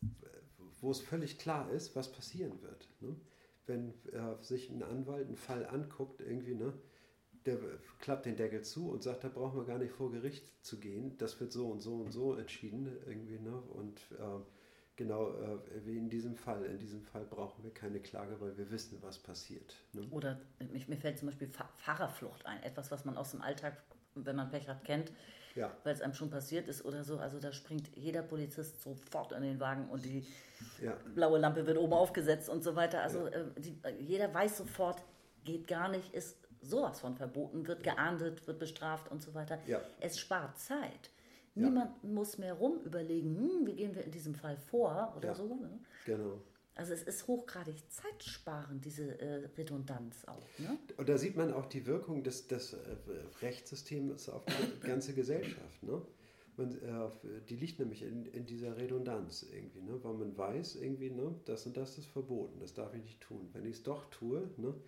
wo es völlig klar ist, was passieren wird. Ne? Wenn äh, sich ein Anwalt einen Fall anguckt, irgendwie, ne? Der klappt den Deckel zu und sagt, da brauchen wir gar nicht vor Gericht zu gehen, das wird so und so und so entschieden irgendwie, ne? Und äh, genau äh, wie in diesem Fall, in diesem Fall brauchen wir keine Klage, weil wir wissen, was passiert. Ne? Oder mich, mir fällt zum Beispiel Fahrerflucht ein, etwas, was man aus dem Alltag, wenn man Pech hat, kennt, ja. weil es einem schon passiert ist oder so. Also da springt jeder Polizist sofort in den Wagen und die ja. blaue Lampe wird oben aufgesetzt und so weiter. Also ja. äh, die, jeder weiß sofort, geht gar nicht, ist sowas von verboten, wird geahndet, wird bestraft und so weiter. Ja. Es spart Zeit. Niemand ja. muss mehr rum überlegen, hm, wie gehen wir in diesem Fall vor oder ja. so. Ne? Genau. Also es ist hochgradig zeitsparend, diese äh, Redundanz auch. Ne? Und da sieht man auch die Wirkung des, des äh, Rechtssystems auf die ganze Gesellschaft. Ne? Man, äh, die liegt nämlich in, in dieser Redundanz irgendwie, ne? Weil man weiß irgendwie, ne, das und das ist verboten, das darf ich nicht tun. Wenn ich es doch tue, ne,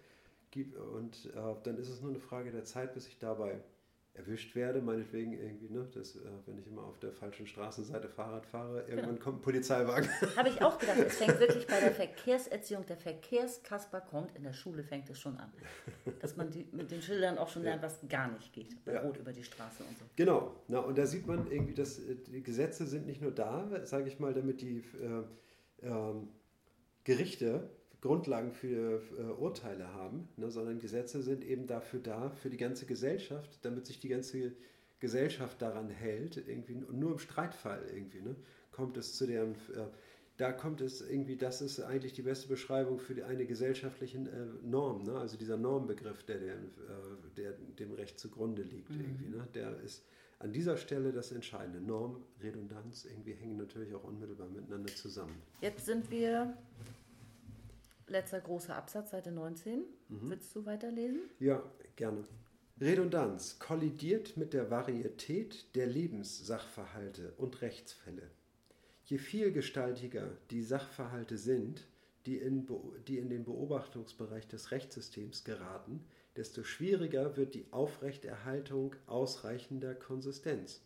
gibt, und äh, dann ist es nur eine Frage der Zeit, bis ich dabei erwischt werde, meinetwegen irgendwie, ne, dass, äh, wenn ich immer auf der falschen Straßenseite Fahrrad fahre, irgendwann genau. kommt ein Polizeiwagen. Habe ich auch gedacht, es fängt wirklich bei der Verkehrserziehung, der Verkehrskasper kommt, in der Schule fängt es schon an. Dass man die, mit den Schildern auch schon lernt, was gar nicht geht, bei ja. Rot über die Straße und so. Genau, na, und da sieht man irgendwie, dass die Gesetze sind nicht nur da, sage ich mal, damit die äh, äh, Gerichte Grundlagen für äh, Urteile haben, ne, sondern Gesetze sind eben dafür da, für die ganze Gesellschaft, damit sich die ganze Gesellschaft daran hält, irgendwie, und nur im Streitfall irgendwie, ne, kommt es zu deren, äh, da kommt es irgendwie, das ist eigentlich die beste Beschreibung für die, eine gesellschaftliche äh, Norm, ne, also dieser Normbegriff, der, der, äh, der dem Recht zugrunde liegt, mhm. irgendwie, ne, der ist an dieser Stelle das Entscheidende. Norm, Redundanz, irgendwie hängen natürlich auch unmittelbar miteinander zusammen. Jetzt sind wir... Letzter großer Absatz, Seite neunzehn. Mhm. Willst du weiterlesen? Ja, gerne. Redundanz kollidiert mit der Varietät der Lebenssachverhalte und Rechtsfälle. Je vielgestaltiger die Sachverhalte sind, die in, die in den Beobachtungsbereich des Rechtssystems geraten, desto schwieriger wird die Aufrechterhaltung ausreichender Konsistenz.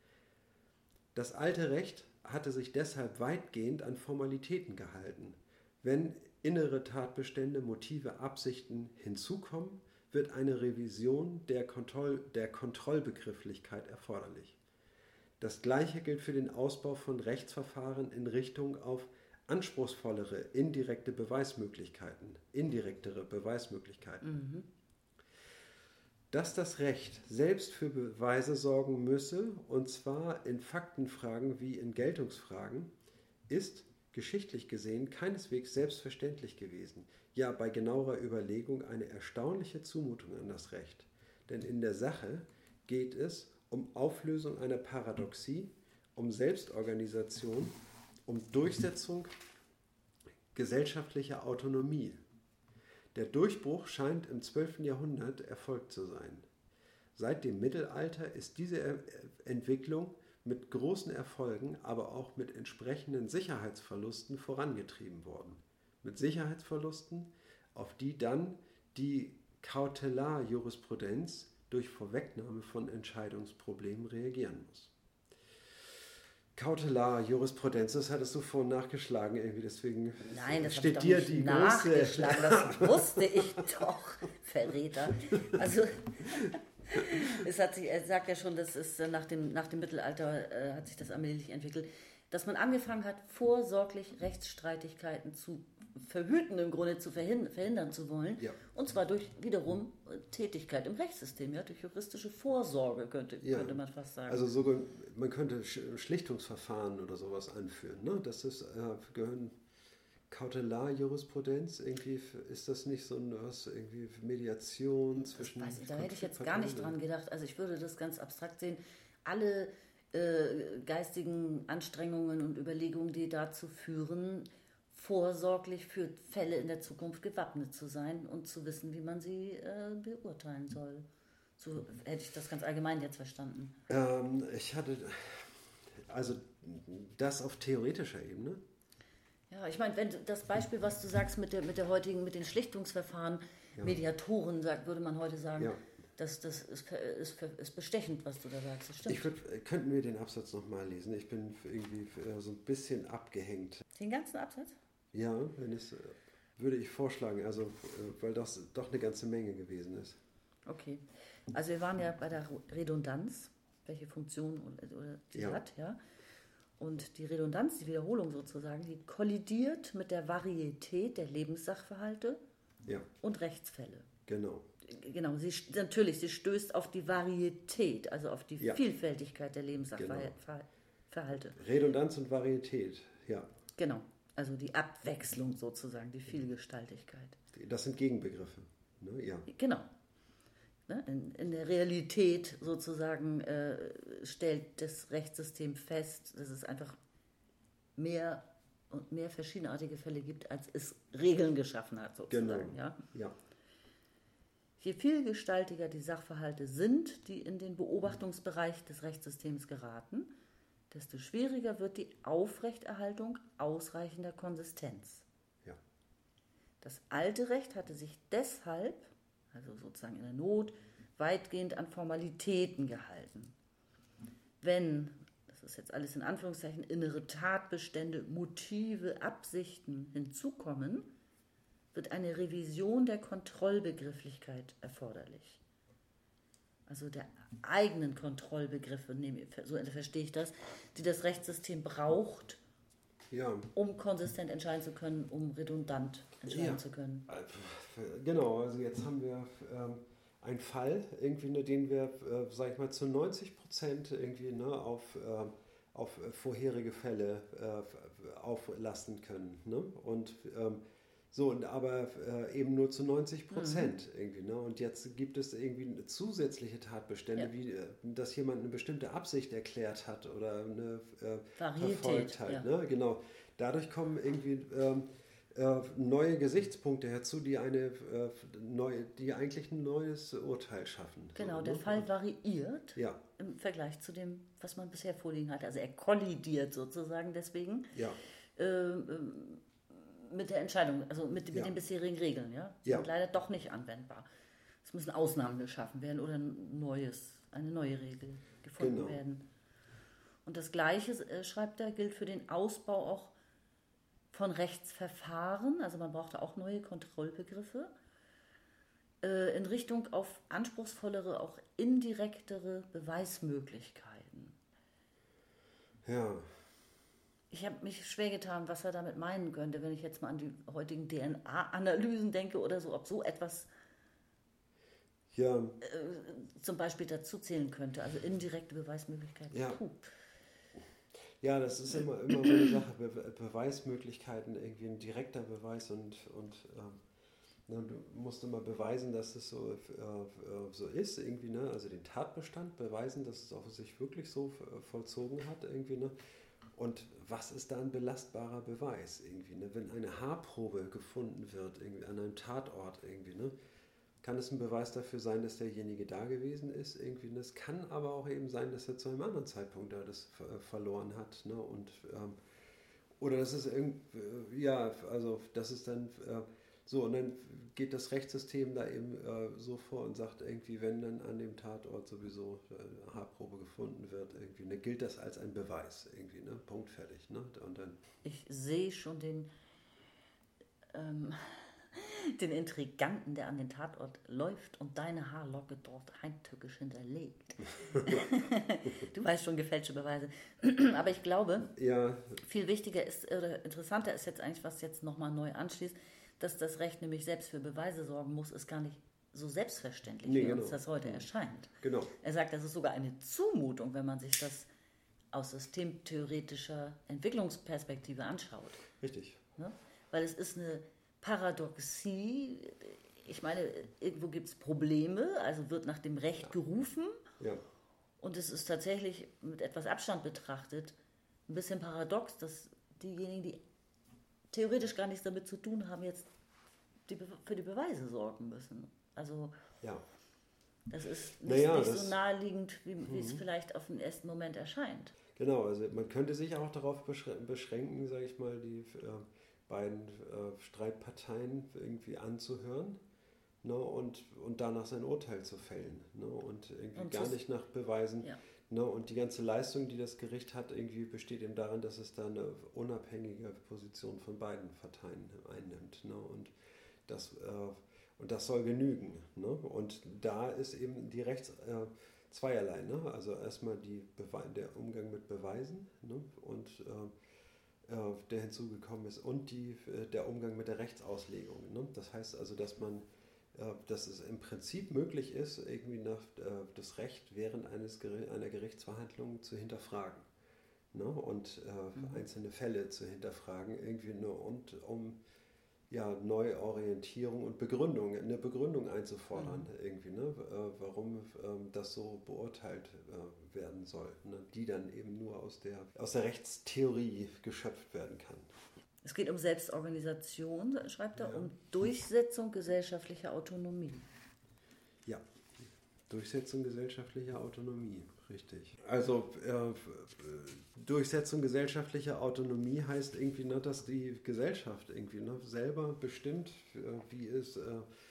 Das alte Recht hatte sich deshalb weitgehend an Formalitäten gehalten. Wenn innere Tatbestände, Motive, Absichten hinzukommen, wird eine Revision der, Kontroll, der Kontrollbegrifflichkeit erforderlich. Das Gleiche gilt für den Ausbau von Rechtsverfahren in Richtung auf anspruchsvollere indirekte Beweismöglichkeiten, indirektere Beweismöglichkeiten. Mhm. Dass das Recht selbst für Beweise sorgen müsse, und zwar in Faktenfragen wie in Geltungsfragen, ist geschichtlich gesehen keineswegs selbstverständlich gewesen, ja bei genauerer Überlegung eine erstaunliche Zumutung an das Recht. Denn in der Sache geht es um Auflösung einer Paradoxie, um Selbstorganisation, um Durchsetzung gesellschaftlicher Autonomie. Der Durchbruch scheint im zwölften Jahrhundert erfolgt zu sein. Seit dem Mittelalter ist diese Entwicklung mit großen Erfolgen, aber auch mit entsprechenden Sicherheitsverlusten vorangetrieben worden. Mit Sicherheitsverlusten, auf die dann die Kautelarjurisprudenz durch Vorwegnahme von Entscheidungsproblemen reagieren muss. Kautelarjurisprudenz, das hattest du vorhin nachgeschlagen irgendwie, deswegen Nein, das steht ich dir doch nicht die nachgeschlagen, große... das wusste ich doch, Verräter. Also... Es hat sich, er sagt ja schon, das ist nach dem, nach dem Mittelalter äh, hat sich das allmählich entwickelt, dass man angefangen hat, vorsorglich Rechtsstreitigkeiten zu verhüten, im Grunde zu verhindern, verhindern zu wollen. Ja. Und zwar durch wiederum Tätigkeit im Rechtssystem, ja, durch juristische Vorsorge könnte, ja. könnte man fast sagen. Also sogar, man könnte Schlichtungsverfahren oder sowas anführen. Ne? Das ist, äh, gehören Kautelarjurisprudenz, irgendwie ist das nicht so was, irgendwie Mediation zwischen... Das weiß ich, da hätte ich jetzt gar nicht dran gedacht. Also ich würde das ganz abstrakt sehen. Alle äh, geistigen Anstrengungen und Überlegungen, die dazu führen, vorsorglich für Fälle in der Zukunft gewappnet zu sein und zu wissen, wie man sie äh, beurteilen soll. So hätte ich das ganz allgemein jetzt verstanden. Ähm, ich hatte, also das auf theoretischer Ebene. Ja, ich meine, wenn das Beispiel, was du sagst mit der, mit der heutigen, mit den Schlichtungsverfahren, ja. Mediatoren, sagt, würde man heute sagen, ja. das, das ist, ist, ist bestechend, was du da sagst. Das stimmt. Ich würd, könnten wir den Absatz nochmal lesen? Ich bin irgendwie so ein bisschen abgehängt. Den ganzen Absatz? Ja, wenn es, würde ich vorschlagen, also weil das doch eine ganze Menge gewesen ist. Okay, also wir waren ja bei der Redundanz, welche Funktion oder die ja. hat, ja. Und die Redundanz, die Wiederholung sozusagen, die kollidiert mit der Varietät der Lebenssachverhalte ja. und Rechtsfälle. Genau. Genau, sie, natürlich, sie stößt auf die Varietät, also auf die ja. Vielfältigkeit der Lebenssachverhalte. Genau. Redundanz und Varietät, ja. Genau, also die Abwechslung sozusagen, die Vielgestaltigkeit. Das sind Gegenbegriffe, ne? Ja. Genau. In, in der Realität sozusagen äh, stellt das Rechtssystem fest, dass es einfach mehr und mehr verschiedenartige Fälle gibt, als es Regeln geschaffen hat sozusagen. Genau. Ja? Ja. Je vielgestaltiger die Sachverhalte sind, die in den Beobachtungsbereich des Rechtssystems geraten, desto schwieriger wird die Aufrechterhaltung ausreichender Konsistenz. Ja. Das alte Recht hatte sich deshalb also sozusagen in der Not, weitgehend an Formalitäten gehalten. Wenn, das ist jetzt alles in Anführungszeichen, innere Tatbestände, Motive, Absichten hinzukommen, wird eine Revision der Kontrollbegrifflichkeit erforderlich. Also der eigenen Kontrollbegriffe, so verstehe ich das, die das Rechtssystem braucht, ja. um konsistent entscheiden zu können, um redundant entscheiden ja. zu können. Genau, also jetzt haben wir ähm, einen Fall, irgendwie, ne, den wir, äh, sag ich mal, zu neunzig Prozent irgendwie ne, auf, äh, auf vorherige Fälle äh, auflasten können. Ne? Und ähm, so, aber äh, eben nur zu neunzig Prozent mhm. irgendwie. Ne? Und jetzt gibt es irgendwie zusätzliche Tatbestände, ja. wie äh, dass jemand eine bestimmte Absicht erklärt hat oder eine äh, verfolgt hat. Ja. Ne? Genau. Dadurch kommen irgendwie ähm, äh, neue Gesichtspunkte herzu, die eine äh, neue, die eigentlich ein neues Urteil schaffen. Genau, so, der ne? Fall variiert ja. im Vergleich zu dem, was man bisher vorliegen hatte. Also er kollidiert sozusagen deswegen. Ja. Ähm, mit der Entscheidung, also mit, mit ja. den bisherigen Regeln, ja, die ja. sind leider doch nicht anwendbar. Es müssen Ausnahmen geschaffen werden oder ein neues, eine neue Regel gefunden genau. werden. Und das Gleiche, äh, schreibt er, gilt für den Ausbau auch von Rechtsverfahren, also man braucht auch neue Kontrollbegriffe, äh, in Richtung auf anspruchsvollere, auch indirektere Beweismöglichkeiten. Ja. Ich habe mich schwer getan, was er damit meinen könnte, wenn ich jetzt mal an die heutigen D N A-Analysen denke oder so, ob so etwas ja. äh, zum Beispiel dazu zählen könnte, also indirekte Beweismöglichkeiten. Ja, Puh. ja das ist immer, immer so eine Sache, Be Beweismöglichkeiten, irgendwie ein direkter Beweis und, und ähm, du musst immer beweisen, dass es so, äh, so ist, irgendwie, ne? Also den Tatbestand beweisen, dass es auch sich wirklich so vollzogen hat, irgendwie, ne? Und was ist da ein belastbarer Beweis irgendwie, ne? Wenn eine Haarprobe gefunden wird irgendwie an einem Tatort irgendwie, ne? Kann es ein Beweis dafür sein, dass derjenige da gewesen ist irgendwie, ne? Es kann aber auch eben sein, dass er zu einem anderen Zeitpunkt da das äh, verloren hat, ne? Und ähm, oder das ist irgendwie, äh, ja, also das ist dann äh, so, und dann geht das Rechtssystem da eben äh, so vor und sagt irgendwie, wenn dann an dem Tatort sowieso eine Haarprobe gefunden wird, irgendwie, ne, gilt das als ein Beweis irgendwie, ne, Punkt, fertig, ne, und dann... Ich sehe schon den, ähm, den Intriganten, der an den Tatort läuft und deine Haarlocke dort heimtückisch hinterlegt. Du weißt schon, gefälschte Beweise. Aber ich glaube, ja. viel wichtiger ist, oder interessanter ist jetzt eigentlich, was jetzt nochmal neu anschließt, dass das Recht nämlich selbst für Beweise sorgen muss, ist gar nicht so selbstverständlich, nee, wie genau. uns das heute erscheint. Genau. Er sagt, das ist sogar eine Zumutung, wenn man sich das aus systemtheoretischer Entwicklungsperspektive anschaut. Richtig. Ne? Weil es ist eine Paradoxie, ich meine, irgendwo gibt es Probleme, also wird nach dem Recht ja. gerufen ja. und es ist tatsächlich mit etwas Abstand betrachtet ein bisschen paradox, dass diejenigen, die theoretisch gar nichts damit zu tun haben, jetzt die, für die Beweise sorgen müssen. Also ja. das ist nicht, naja, nicht das, so naheliegend, wie, wie mhm. es vielleicht auf den ersten Moment erscheint. Genau, also man könnte sich auch darauf beschränken, sage ich mal, die äh, beiden äh, Streitparteien irgendwie anzuhören, ne, und, und danach sein Urteil zu fällen, ne, und irgendwie und gar nicht nach Beweisen. Ja. Ne, und die ganze Leistung, die das Gericht hat, irgendwie besteht eben darin, dass es da eine unabhängige Position von beiden Parteien einnimmt. Ne, und, das, äh, und das soll genügen. Ne, und da ist eben die Rechts... Äh, zweierlei, ne? Also erstmal die Bewe- der Umgang mit Beweisen, ne? Und äh, äh, der hinzugekommen ist, und die, äh, der Umgang mit der Rechtsauslegung. Ne? Das heißt also, dass man, äh, dass es im Prinzip möglich ist, irgendwie nach, äh, das Recht während eines Ger- einer Gerichtsverhandlung zu hinterfragen, ne? Und äh, mhm. einzelne Fälle zu hinterfragen, irgendwie nur und um ja, Neuorientierung und Begründung, eine Begründung einzufordern, mhm. irgendwie, ne, äh, warum ähm, das so beurteilt äh, werden soll, ne, die dann eben nur aus der, aus der Rechtstheorie geschöpft werden kann. Es geht um Selbstorganisation, schreibt er, ja. um Durchsetzung gesellschaftlicher Autonomie. Ja, Durchsetzung gesellschaftlicher Autonomie, richtig. Also äh, Durchsetzung gesellschaftlicher Autonomie heißt irgendwie, ne, dass die Gesellschaft irgendwie, ne, selber bestimmt, äh, wie es, äh,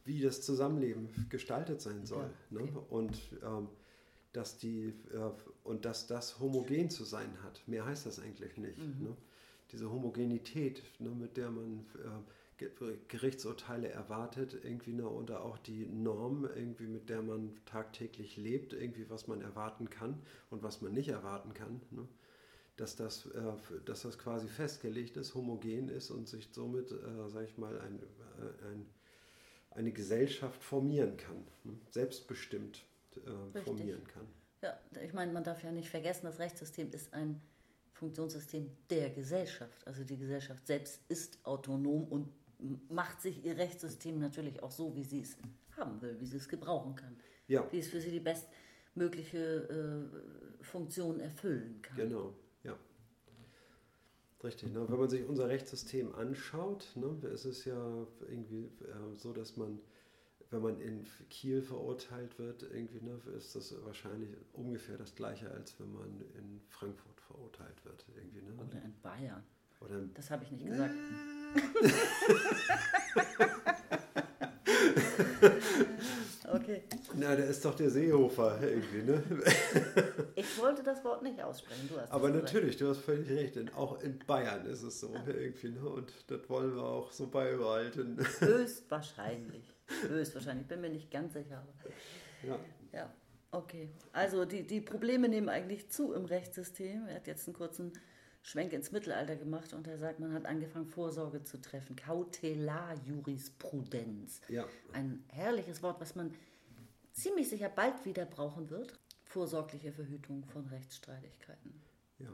wie das Zusammenleben gestaltet sein soll. Ja, okay. Ne? Und, ähm, dass die, äh, und dass das homogen zu sein hat. Mehr heißt das eigentlich nicht. Mhm. Ne? Diese Homogenität, ne, mit der man äh, Gerichtsurteile erwartet, irgendwie, ne, oder auch die Norm, irgendwie, mit der man tagtäglich lebt, irgendwie, was man erwarten kann und was man nicht erwarten kann, ne? Dass das, äh, dass das quasi festgelegt ist, homogen ist und sich somit, äh, sag ich mal, ein, ein, eine Gesellschaft formieren kann, ne? Selbstbestimmt äh, formieren kann. Ja, ich meine, man darf ja nicht vergessen, das Rechtssystem ist ein Funktionssystem der Gesellschaft. Also die Gesellschaft selbst ist autonom und macht sich ihr Rechtssystem natürlich auch so, wie sie es haben will, wie sie es gebrauchen kann. Ja. Wie es für sie die bestmögliche äh, Funktion erfüllen kann. Genau, ja. Richtig. Ne? Wenn man sich unser Rechtssystem anschaut, ne, ist es ja irgendwie äh, so, dass man, wenn man in Kiel verurteilt wird, irgendwie, ne, ist das wahrscheinlich ungefähr das Gleiche, als wenn man in Frankfurt verurteilt wird. Irgendwie, ne? Oder in Bayern. Oder in das habe ich nicht gesagt. Okay. Na, der ist doch der Seehofer irgendwie, ne? Ich wollte das Wort nicht aussprechen, du hast Aber das natürlich, du hast völlig recht. Denn auch in Bayern ist es so, ja, irgendwie, ne? Und das wollen wir auch so beibehalten. Höchstwahrscheinlich. Höchstwahrscheinlich, bin mir nicht ganz sicher. Aber ja. Ja, okay. Also die, die Probleme nehmen eigentlich zu im Rechtssystem. Er hat jetzt einen kurzen Schwenk ins Mittelalter gemacht und er sagt, man hat angefangen, Vorsorge zu treffen. Kautelarjurisprudenz. Ja. Ein herrliches Wort, was man ziemlich sicher bald wieder brauchen wird. Vorsorgliche Verhütung von Rechtsstreitigkeiten. Ja.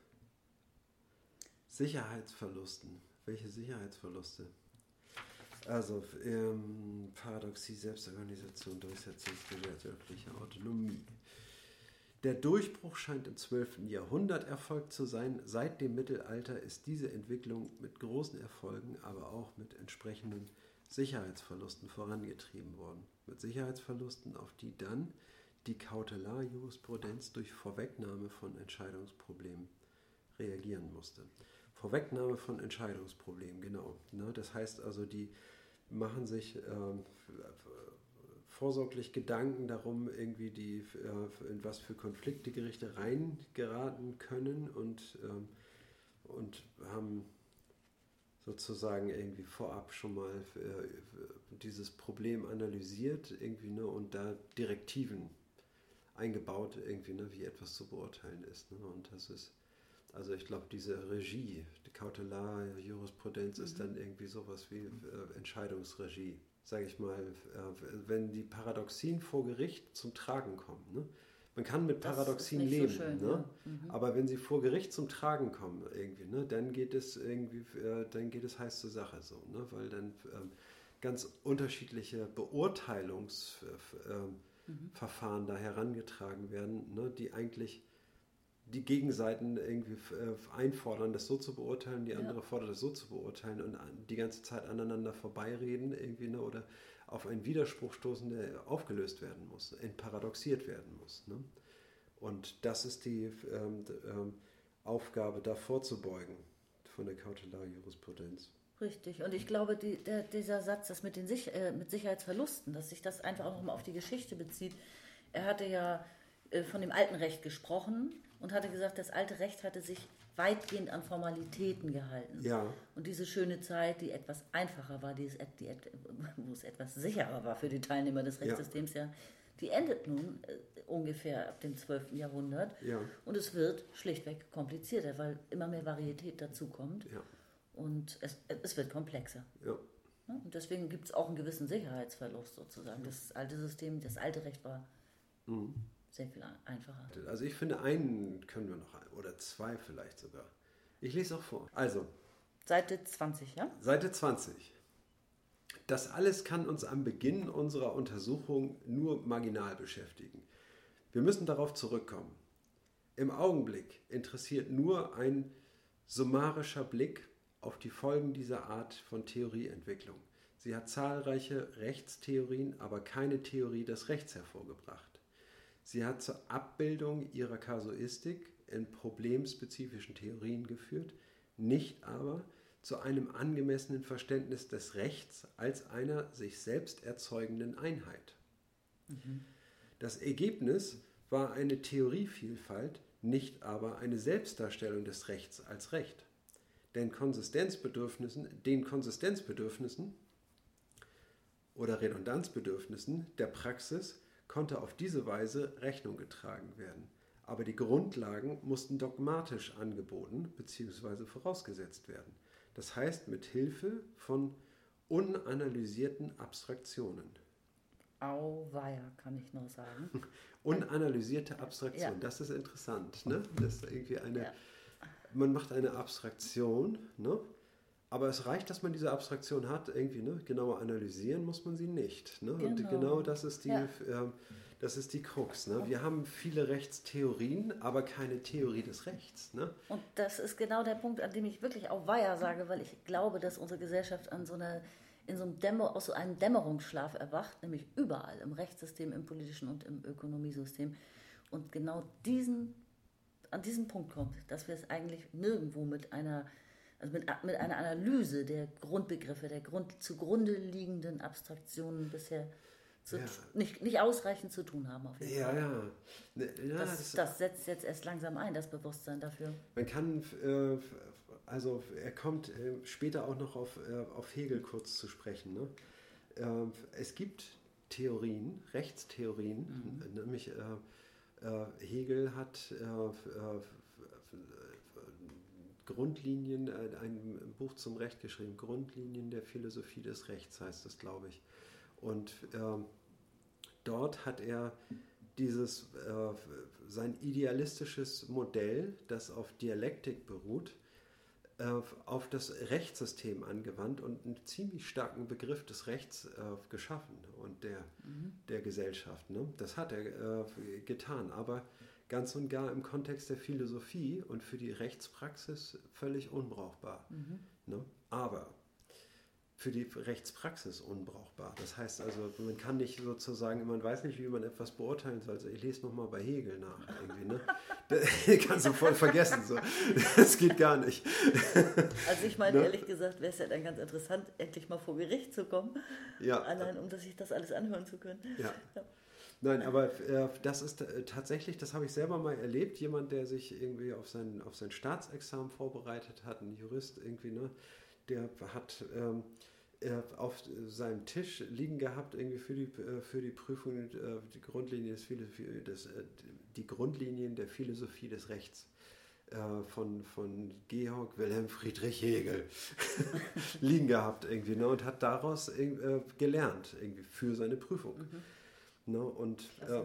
Sicherheitsverlusten. Welche Sicherheitsverluste? Also ähm, Paradoxie, Selbstorganisation, Durchsetzung gesellschaftlicher Autonomie. Der Durchbruch scheint im zwölften Jahrhundert erfolgt zu sein. Seit dem Mittelalter ist diese Entwicklung mit großen Erfolgen, aber auch mit entsprechenden Sicherheitsverlusten vorangetrieben worden. Mit Sicherheitsverlusten, auf die dann die Kautelarjurisprudenz durch Vorwegnahme von Entscheidungsproblemen reagieren musste. Vorwegnahme von Entscheidungsproblemen, genau. Ne? Das heißt also, die machen sich ähm, vorsorglich Gedanken darum, irgendwie die, äh, in was für Konflikte Gerichte reingeraten können und, ähm, und haben sozusagen irgendwie vorab schon mal äh, dieses Problem analysiert irgendwie, ne, und da Direktiven eingebaut, irgendwie, ne, wie etwas zu beurteilen ist. Ne? Und das ist, also ich glaube, diese Regie, die Kautelarjurisprudenz, mhm, ist dann irgendwie sowas wie äh, Entscheidungsregie. Sage ich mal, äh, wenn die Paradoxien vor Gericht zum Tragen kommen. Ne? Man kann mit Paradoxien leben, so schön, ne? Ja. Mhm. Aber wenn sie vor Gericht zum Tragen kommen, irgendwie, ne, dann geht es irgendwie, äh, dann geht es heiß zur Sache so, ne? Weil dann ähm, ganz unterschiedliche Beurteilungsverfahren äh, mhm. da herangetragen werden, ne, die eigentlich die Gegenseiten irgendwie einfordern, das so zu beurteilen, die andere ja. fordert, das so zu beurteilen und die ganze Zeit aneinander vorbeireden irgendwie, ne, oder auf einen Widerspruch stoßen, der aufgelöst werden muss, entparadoxiert werden muss. Ne? Und das ist die ähm, ähm, Aufgabe, da vorzubeugen von der Kautelarjurisprudenz. Richtig. Und ich glaube, die, der, dieser Satz, das mit den Sich- äh, mit Sicherheitsverlusten, dass sich das einfach auch nochmal auf die Geschichte bezieht. Er hatte ja äh, von dem alten Recht gesprochen und hatte gesagt, das alte Recht hatte sich weitgehend an Formalitäten gehalten. Ja. Und diese schöne Zeit, die etwas einfacher war, die es, die, wo es etwas sicherer war für die Teilnehmer des Rechtssystems, ja, ja die endet nun äh, ungefähr ab dem zwölften Jahrhundert. Ja. Und es wird schlichtweg komplizierter, weil immer mehr Varietät dazukommt. Ja. Und es, es wird komplexer. Ja. Ja, und deswegen gibt es auch einen gewissen Sicherheitsverlust sozusagen. Das alte System, das alte Recht war mhm. sehr viel einfacher. Also ich finde, einen können wir noch, oder zwei vielleicht sogar. Ich lese auch vor. Also. Seite zwanzig, ja? Seite zwanzig. Das alles kann uns am Beginn unserer Untersuchung nur marginal beschäftigen. Wir müssen darauf zurückkommen. Im Augenblick interessiert nur ein summarischer Blick auf die Folgen dieser Art von Theorieentwicklung. Sie hat zahlreiche Rechtstheorien, aber keine Theorie des Rechts hervorgebracht. Sie hat zur Abbildung ihrer Kasuistik in problemspezifischen Theorien geführt, nicht aber zu einem angemessenen Verständnis des Rechts als einer sich selbst erzeugenden Einheit. Mhm. Das Ergebnis war eine Theorievielfalt, nicht aber eine Selbstdarstellung des Rechts als Recht. Denn Konsistenzbedürfnissen, den Konsistenzbedürfnissen oder Redundanzbedürfnissen der Praxis konnte auf diese Weise Rechnung getragen werden. Aber die Grundlagen mussten dogmatisch angeboten bzw. vorausgesetzt werden. Das heißt, mit Hilfe von unanalysierten Abstraktionen. Auweia, kann ich nur sagen. Unanalysierte Abstraktion, ja. Das ist interessant. Ne? Das ist irgendwie eine, ja. Man macht eine Abstraktion, ne? Aber es reicht, dass man diese Abstraktion hat, irgendwie, ne? Genauer analysieren muss man sie nicht. Ne? Genau. Und genau das ist die, ja. äh, das ist die Krux. Ne? Wir haben viele Rechtstheorien, aber keine Theorie des Rechts. Ne? Und das ist genau der Punkt, an dem ich wirklich auch Weiher sage, weil ich glaube, dass unsere Gesellschaft an so einer, in so einem Dämmer, aus so einem Dämmerungsschlaf erwacht, nämlich überall, im Rechtssystem, im politischen und im Ökonomiesystem. Und genau diesen, an diesen Punkt kommt, dass wir es eigentlich nirgendwo mit einer Also mit, mit einer Analyse der Grundbegriffe, der Grund, zugrunde liegenden Abstraktionen bisher zu, ja. nicht, nicht ausreichend zu tun haben. Auf jeden ja, Fall. ja. ja das, das, das setzt jetzt erst langsam ein, das Bewusstsein dafür. Man kann, äh, also er kommt äh, später auch noch auf, äh, auf Hegel kurz zu sprechen. Ne? Äh, es gibt Theorien, Rechtstheorien, mhm. nämlich äh, äh, Hegel hat äh, äh, Grundlinien, ein Buch zum Recht geschrieben, Grundlinien der Philosophie des Rechts heißt es, glaube ich. Und äh, dort hat er dieses, äh, sein idealistisches Modell, das auf Dialektik beruht, äh, auf das Rechtssystem angewandt und einen ziemlich starken Begriff des Rechts äh, geschaffen und der, mhm. der Gesellschaft. Ne? Das hat er äh, getan, aber ganz und gar im Kontext der Philosophie und für die Rechtspraxis völlig unbrauchbar. Mhm. Ne? Aber für die Rechtspraxis unbrauchbar. Das heißt also, man kann nicht sozusagen, man weiß nicht, wie man etwas beurteilen soll. Also ich lese nochmal bei Hegel nach. Irgendwie, ne? Das kannst du voll vergessen. So. Das geht gar nicht. Also ich meine, ne? Ehrlich gesagt, wäre es ja dann ganz interessant, endlich mal vor Gericht zu kommen. Ja. Allein, um sich das alles anhören zu können. Ja. Ja. Nein, aber äh, das ist äh, tatsächlich, das habe ich selber mal erlebt, jemand, der sich irgendwie auf sein, auf sein Staatsexamen vorbereitet hat, ein Jurist irgendwie, ne, der hat ähm, äh, auf seinem Tisch liegen gehabt, irgendwie für die, äh, für die Prüfung äh, die, Grundlinie des, des, äh, die Grundlinien der Philosophie des Rechts äh, von, von Georg Wilhelm Friedrich Hegel liegen gehabt irgendwie, ne, und hat daraus äh, gelernt irgendwie für seine Prüfung. Mhm. Ne, und äh,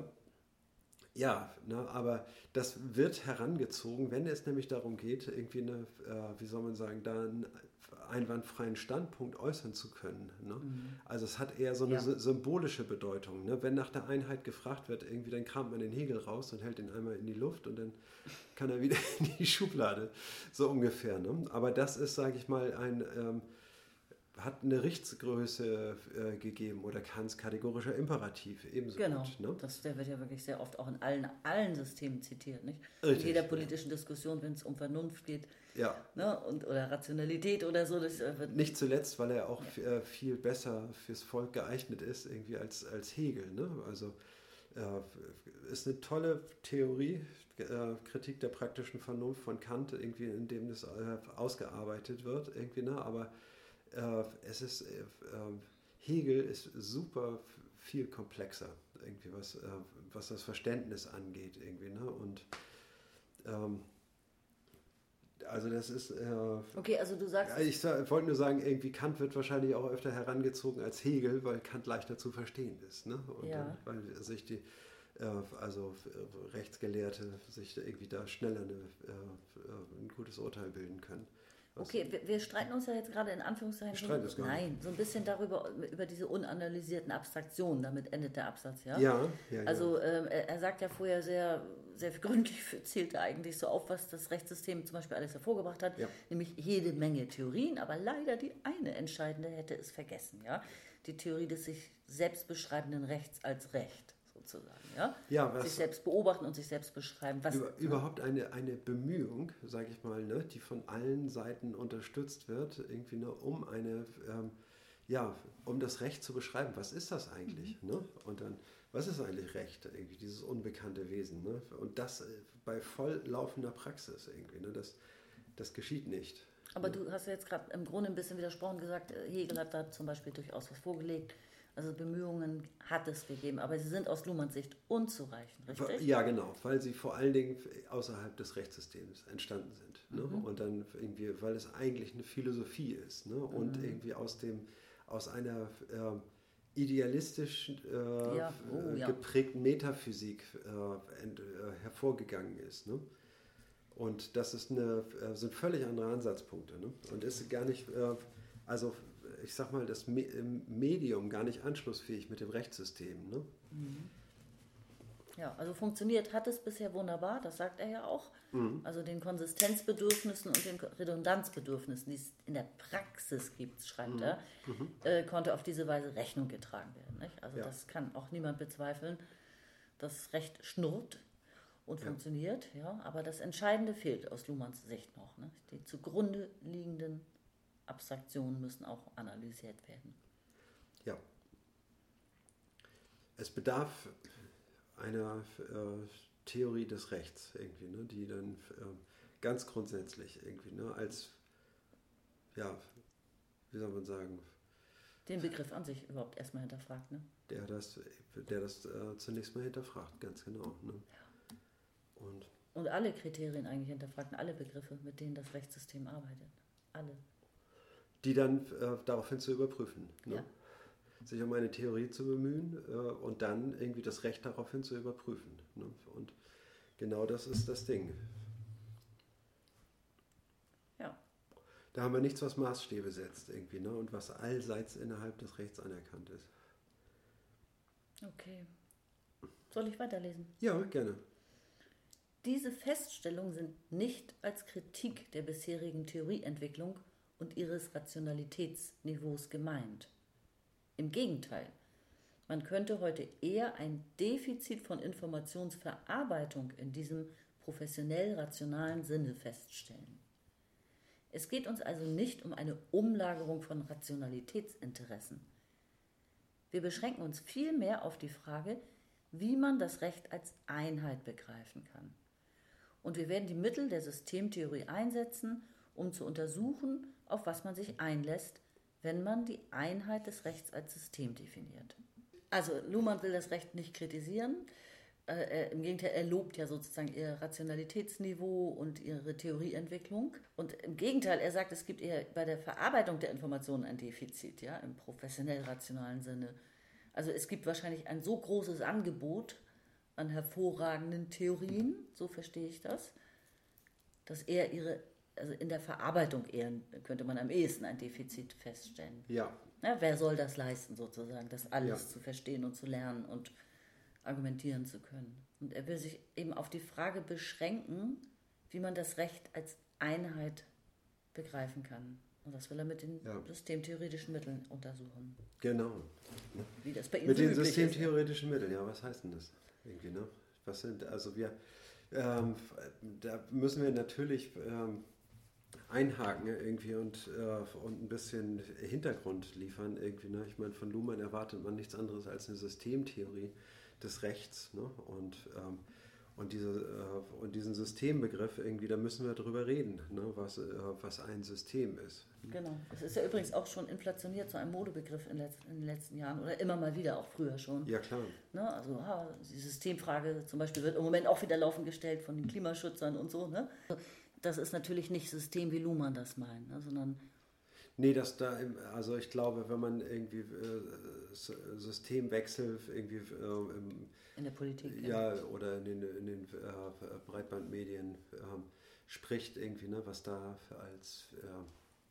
ja, ne, aber das wird herangezogen, wenn es nämlich darum geht, irgendwie eine, äh, wie soll man sagen, da einen einwandfreien Standpunkt äußern zu können. Ne? Mhm. Also es hat eher so eine ja. symbolische Bedeutung. Ne? Wenn nach der Einheit gefragt wird, irgendwie, dann kramt man den Hegel raus und hält ihn einmal in die Luft und dann kann er wieder in die Schublade, so ungefähr. Ne? Aber das ist, sage ich mal, ein ähm, hat eine Richtsgröße äh, gegeben oder Kants kategorischer Imperativ ebenso genau. gut. Ne? Das, der wird ja wirklich sehr oft auch in allen, allen Systemen zitiert. Nicht? Richtig, in jeder politischen ja. Diskussion, wenn es um Vernunft geht ja. ne? und, oder Rationalität oder so. Das, äh, Nicht zuletzt, weil er auch ja. f- viel besser fürs Volk geeignet ist irgendwie als, als Hegel. Ne? Also äh, ist eine tolle Theorie, äh, Kritik der praktischen Vernunft von Kant, irgendwie, in dem das äh, ausgearbeitet wird. Irgendwie, ne? Aber es ist, Hegel ist super viel komplexer, irgendwie was, was das Verständnis angeht, irgendwie, ne? Und ähm, also das ist. Äh, okay, also du sagst. Ich wollte nur sagen, irgendwie Kant wird wahrscheinlich auch öfter herangezogen als Hegel, weil Kant leichter zu verstehen ist, ne? Und ja. dann, weil sich die äh, also Rechtsgelehrte sich irgendwie da schneller eine, äh, ein gutes Urteil bilden können. Was? Okay, wir, wir streiten uns ja jetzt gerade in Anführungszeichen. Wir streiten uns gar Nein, so ein bisschen darüber, über diese unanalysierten Abstraktionen, damit endet der Absatz, ja? Ja, ja, Also ja. Ähm, er, er sagt ja vorher sehr, sehr gründlich, zählt er eigentlich so auf, was das Rechtssystem zum Beispiel alles hervorgebracht hat, ja. nämlich jede Menge Theorien, aber leider die eine entscheidende hätte es vergessen, ja? Die Theorie des sich selbst beschreibenden Rechts als Recht. sozusagen. Ja? Ja, was sich selbst beobachten und sich selbst beschreiben. Was, über, ne? Überhaupt eine, eine Bemühung, sage ich mal, ne, die von allen Seiten unterstützt wird, irgendwie ne, um eine, ähm, ja, um das Recht zu beschreiben. Was ist das eigentlich? Mhm. Ne? Und dann, was ist eigentlich Recht? Irgendwie dieses unbekannte Wesen. Ne? Und das bei voll laufender Praxis irgendwie. Ne? Das, das geschieht nicht. Aber ne? du hast ja jetzt gerade im Grunde ein bisschen widersprochen gesagt, Hegel hat da zum Beispiel durchaus was vorgelegt. Also Bemühungen hat es gegeben, aber sie sind aus Luhmanns Sicht unzureichend, richtig? Ja, genau, weil sie vor allen Dingen außerhalb des Rechtssystems entstanden sind. Ne? Mhm. Und dann irgendwie, weil es eigentlich eine Philosophie ist, ne? Und mhm. irgendwie aus dem, aus einer äh, idealistisch äh, ja. Oh, ja. geprägten Metaphysik äh, ent, äh, hervorgegangen ist. Ne? Und das ist eine, äh, sind völlig andere Ansatzpunkte. Ne? Und ist gar nicht, äh, also ich sag mal, das Medium gar nicht anschlussfähig mit dem Rechtssystem. Ne? Mhm. Ja, also funktioniert hat es bisher wunderbar, das sagt er ja auch. Mhm. Also den Konsistenzbedürfnissen und den Redundanzbedürfnissen, die es in der Praxis gibt, schreibt mhm. er, mhm. Äh, konnte auf diese Weise Rechnung getragen werden. Nicht? Also ja. das kann auch niemand bezweifeln. Das Recht schnurrt und ja. funktioniert, ja, aber das Entscheidende fehlt aus Luhmanns Sicht noch. Ne? Die zugrunde liegenden Abstraktionen müssen auch analysiert werden. Ja. Es bedarf einer äh, Theorie des Rechts irgendwie, ne, die dann äh, ganz grundsätzlich irgendwie, ne, als, ja, wie soll man sagen, den Begriff an sich überhaupt erstmal hinterfragt, ne? Der das, der das äh, zunächst mal hinterfragt, ganz genau. Ne? Ja. Und, und alle Kriterien eigentlich hinterfragt, alle Begriffe, mit denen das Rechtssystem arbeitet. Alle. Die dann äh, daraufhin zu überprüfen. Ne? Ja. Sich um eine Theorie zu bemühen äh, und dann irgendwie das Recht daraufhin zu überprüfen. Ne? Und genau das ist das Ding. Ja. Da haben wir nichts, was Maßstäbe setzt irgendwie, ne? Und was allseits innerhalb des Rechts anerkannt ist. Okay. Soll ich weiterlesen? Ja, gerne. Diese Feststellungen sind nicht als Kritik der bisherigen Theorieentwicklung und ihres Rationalitätsniveaus gemeint. Im Gegenteil, man könnte heute eher ein Defizit von Informationsverarbeitung in diesem professionell-rationalen Sinne feststellen. Es geht uns also nicht um eine Umlagerung von Rationalitätsinteressen. Wir beschränken uns vielmehr auf die Frage, wie man das Recht als Einheit begreifen kann. Und wir werden die Mittel der Systemtheorie einsetzen, um zu untersuchen, auf was man sich einlässt, wenn man die Einheit des Rechts als System definiert. Also Luhmann will das Recht nicht kritisieren. Äh, Im Gegenteil, er lobt ja sozusagen ihr Rationalitätsniveau und ihre Theorieentwicklung. Und im Gegenteil, er sagt, es gibt eher bei der Verarbeitung der Informationen ein Defizit, ja, im professionell-rationalen Sinne. Also es gibt wahrscheinlich ein so großes Angebot an hervorragenden Theorien, so verstehe ich das, dass er ihre, also in der Verarbeitung eher, könnte man am ehesten ein Defizit feststellen. Ja. Ja, wer soll das leisten sozusagen, das alles Ja. zu verstehen und zu lernen und argumentieren zu können. Und er will sich eben auf die Frage beschränken, wie man das Recht als Einheit begreifen kann. Und das will er mit den ja. systemtheoretischen Mitteln untersuchen. Genau. Wie das bei Ihnen mit so den üblich systemtheoretischen ist. Mitteln, ja, was heißt denn das? Irgendwie, ne? Was sind, also wir, ähm, da müssen wir natürlich ähm, einhaken irgendwie und, äh, und ein bisschen Hintergrund liefern irgendwie, ne? Ich meine, von Luhmann erwartet man nichts anderes als eine Systemtheorie des Rechts, ne? Und, ähm, und, diese, äh, und diesen Systembegriff irgendwie, da müssen wir drüber reden, ne? was, äh, was ein System ist. Genau, das ist ja übrigens auch schon inflationiert zu einem Modebegriff in, letz, in den letzten Jahren oder immer mal wieder, auch früher schon. Ja, klar. Ne? Also ha, die Systemfrage zum Beispiel wird im Moment auch wieder laufend gestellt von den Klimaschützern und so. Ne? Das ist natürlich nicht System, wie Luhmann das meint, ne? Sondern nee, das da, also ich glaube, wenn man irgendwie äh, Systemwechsel irgendwie äh, im, in der Politik ja, ja. oder in den, in den äh, Breitbandmedien äh, spricht irgendwie, ne, was da als äh,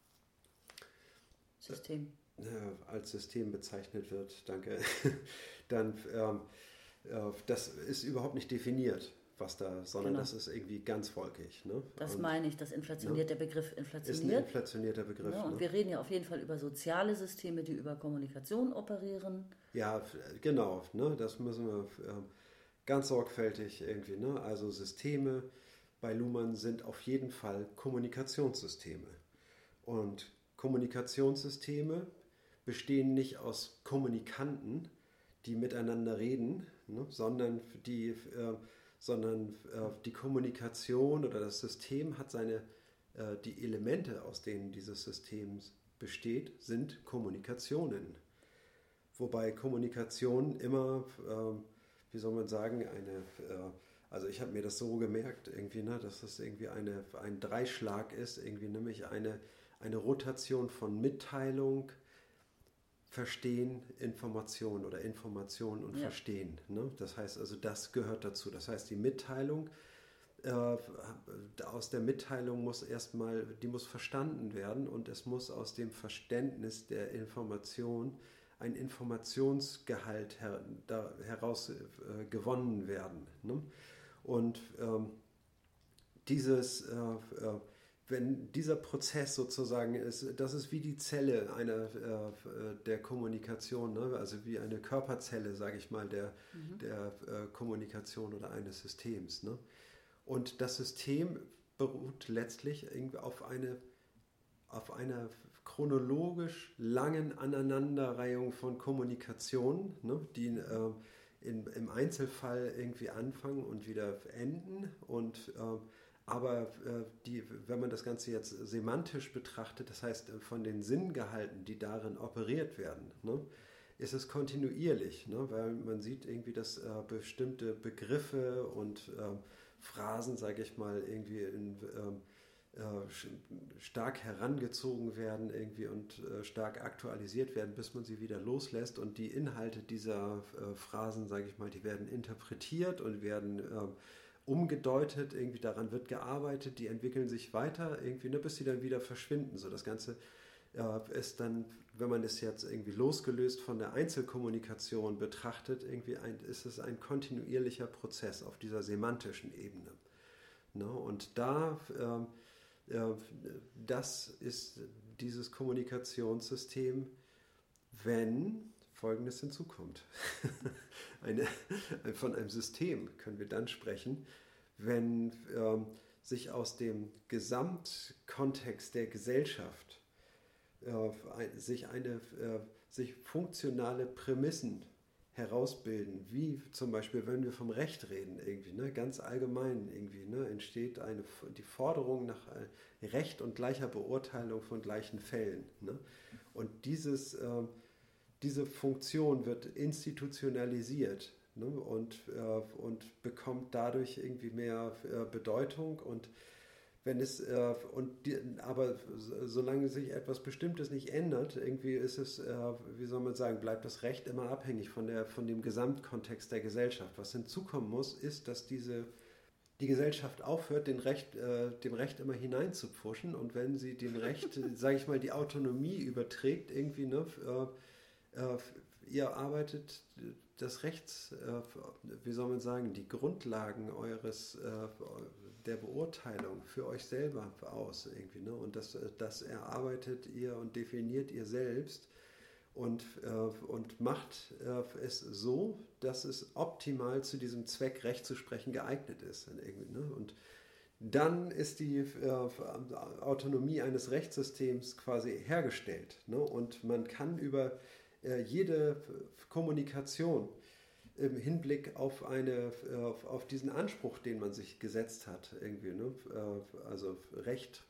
System äh, als System bezeichnet wird, danke, dann ähm, äh, das ist überhaupt nicht definiert. was da, sondern genau. das ist irgendwie ganzvolkig. Ne? Das und, meine ich, das inflationiert, ne? der Begriff inflationiert. Ist ein inflationierter Begriff. Ne? Und ne? wir reden ja auf jeden Fall über soziale Systeme, die über Kommunikation operieren. Ja, genau. Ne? Das müssen wir äh, ganz sorgfältig irgendwie. Ne? Also Systeme bei Luhmann sind auf jeden Fall Kommunikationssysteme. Und Kommunikationssysteme bestehen nicht aus Kommunikanten, die miteinander reden, ne, sondern, die, äh, sondern äh, die Kommunikation oder das System hat seine, äh, die Elemente, aus denen dieses System besteht, sind Kommunikationen. Wobei Kommunikation immer, äh, wie soll man sagen, eine, äh, also ich habe mir das so gemerkt, irgendwie, ne, dass das irgendwie eine, ein Dreischlag ist, irgendwie nämlich eine, eine Rotation von Mitteilung, Verstehen, Information oder Information und ja. Verstehen. Ne? Das heißt also, das gehört dazu. Das heißt, die Mitteilung, äh, aus der Mitteilung muss erstmal, die muss verstanden werden und es muss aus dem Verständnis der Information ein Informationsgehalt her, da, heraus äh, gewonnen werden. Ne? Und ähm, dieses äh, äh, wenn dieser Prozess sozusagen ist, das ist wie die Zelle einer, äh, der Kommunikation, ne? Also wie eine Körperzelle, sage ich mal, der, mhm. der äh, Kommunikation oder eines Systems. Ne? Und das System beruht letztlich auf, eine, auf einer chronologisch langen Aneinanderreihung von Kommunikationen, ne? Die äh, in, im Einzelfall irgendwie anfangen und wieder enden und äh, aber äh, die, wenn man das Ganze jetzt semantisch betrachtet, das heißt von den Sinngehalten, die darin operiert werden, ne, ist es kontinuierlich, ne, weil man sieht irgendwie, dass äh, bestimmte Begriffe und äh, Phrasen, sage ich mal, irgendwie in, äh, äh, stark herangezogen werden irgendwie und äh, stark aktualisiert werden, bis man sie wieder loslässt und die Inhalte dieser äh, Phrasen, sage ich mal, die werden interpretiert und werden äh, umgedeutet, irgendwie daran wird gearbeitet, die entwickeln sich weiter, irgendwie, ne, bis sie dann wieder verschwinden. So, das Ganze äh, ist dann, wenn man es jetzt irgendwie losgelöst von der Einzelkommunikation betrachtet, irgendwie ein, ist es ein kontinuierlicher Prozess auf dieser semantischen Ebene. Ne? Und da, äh, äh, das ist dieses Kommunikationssystem, wenn Folgendes hinzukommt. Eine, von einem System können wir dann sprechen, wenn ähm, sich aus dem Gesamtkontext der Gesellschaft äh, sich, eine, äh, sich funktionale Prämissen herausbilden, wie zum Beispiel, wenn wir vom Recht reden, irgendwie, ne, ganz allgemein irgendwie, ne, entsteht eine, die Forderung nach Recht und gleicher Beurteilung von gleichen Fällen. Ne? Und dieses äh, Diese Funktion wird institutionalisiert, ne, und, äh, und bekommt dadurch irgendwie mehr äh, Bedeutung. Und wenn es äh, und die, aber solange sich etwas Bestimmtes nicht ändert, irgendwie ist es, äh, wie soll man sagen, bleibt das Recht immer abhängig von der von dem Gesamtkontext der Gesellschaft. Was hinzukommen muss, ist, dass diese die Gesellschaft aufhört, den Recht, äh, dem Recht immer hineinzupfuschen, und wenn sie dem Recht, sage ich mal, die Autonomie überträgt, irgendwie, ne, äh, Uh, ihr arbeitet das Rechts, uh, wie soll man sagen, die Grundlagen eures, uh, der Beurteilung für euch selber aus irgendwie, ne? Und das, das erarbeitet ihr und definiert ihr selbst und, uh, und macht uh, es so, dass es optimal zu diesem Zweck, Recht zu sprechen, geeignet ist. Irgendwie, ne? Und dann ist die uh, Autonomie eines Rechtssystems quasi hergestellt, ne? Und man kann über jede Kommunikation im Hinblick auf, eine, auf, auf diesen Anspruch, den man sich gesetzt hat, irgendwie, ne? Also Recht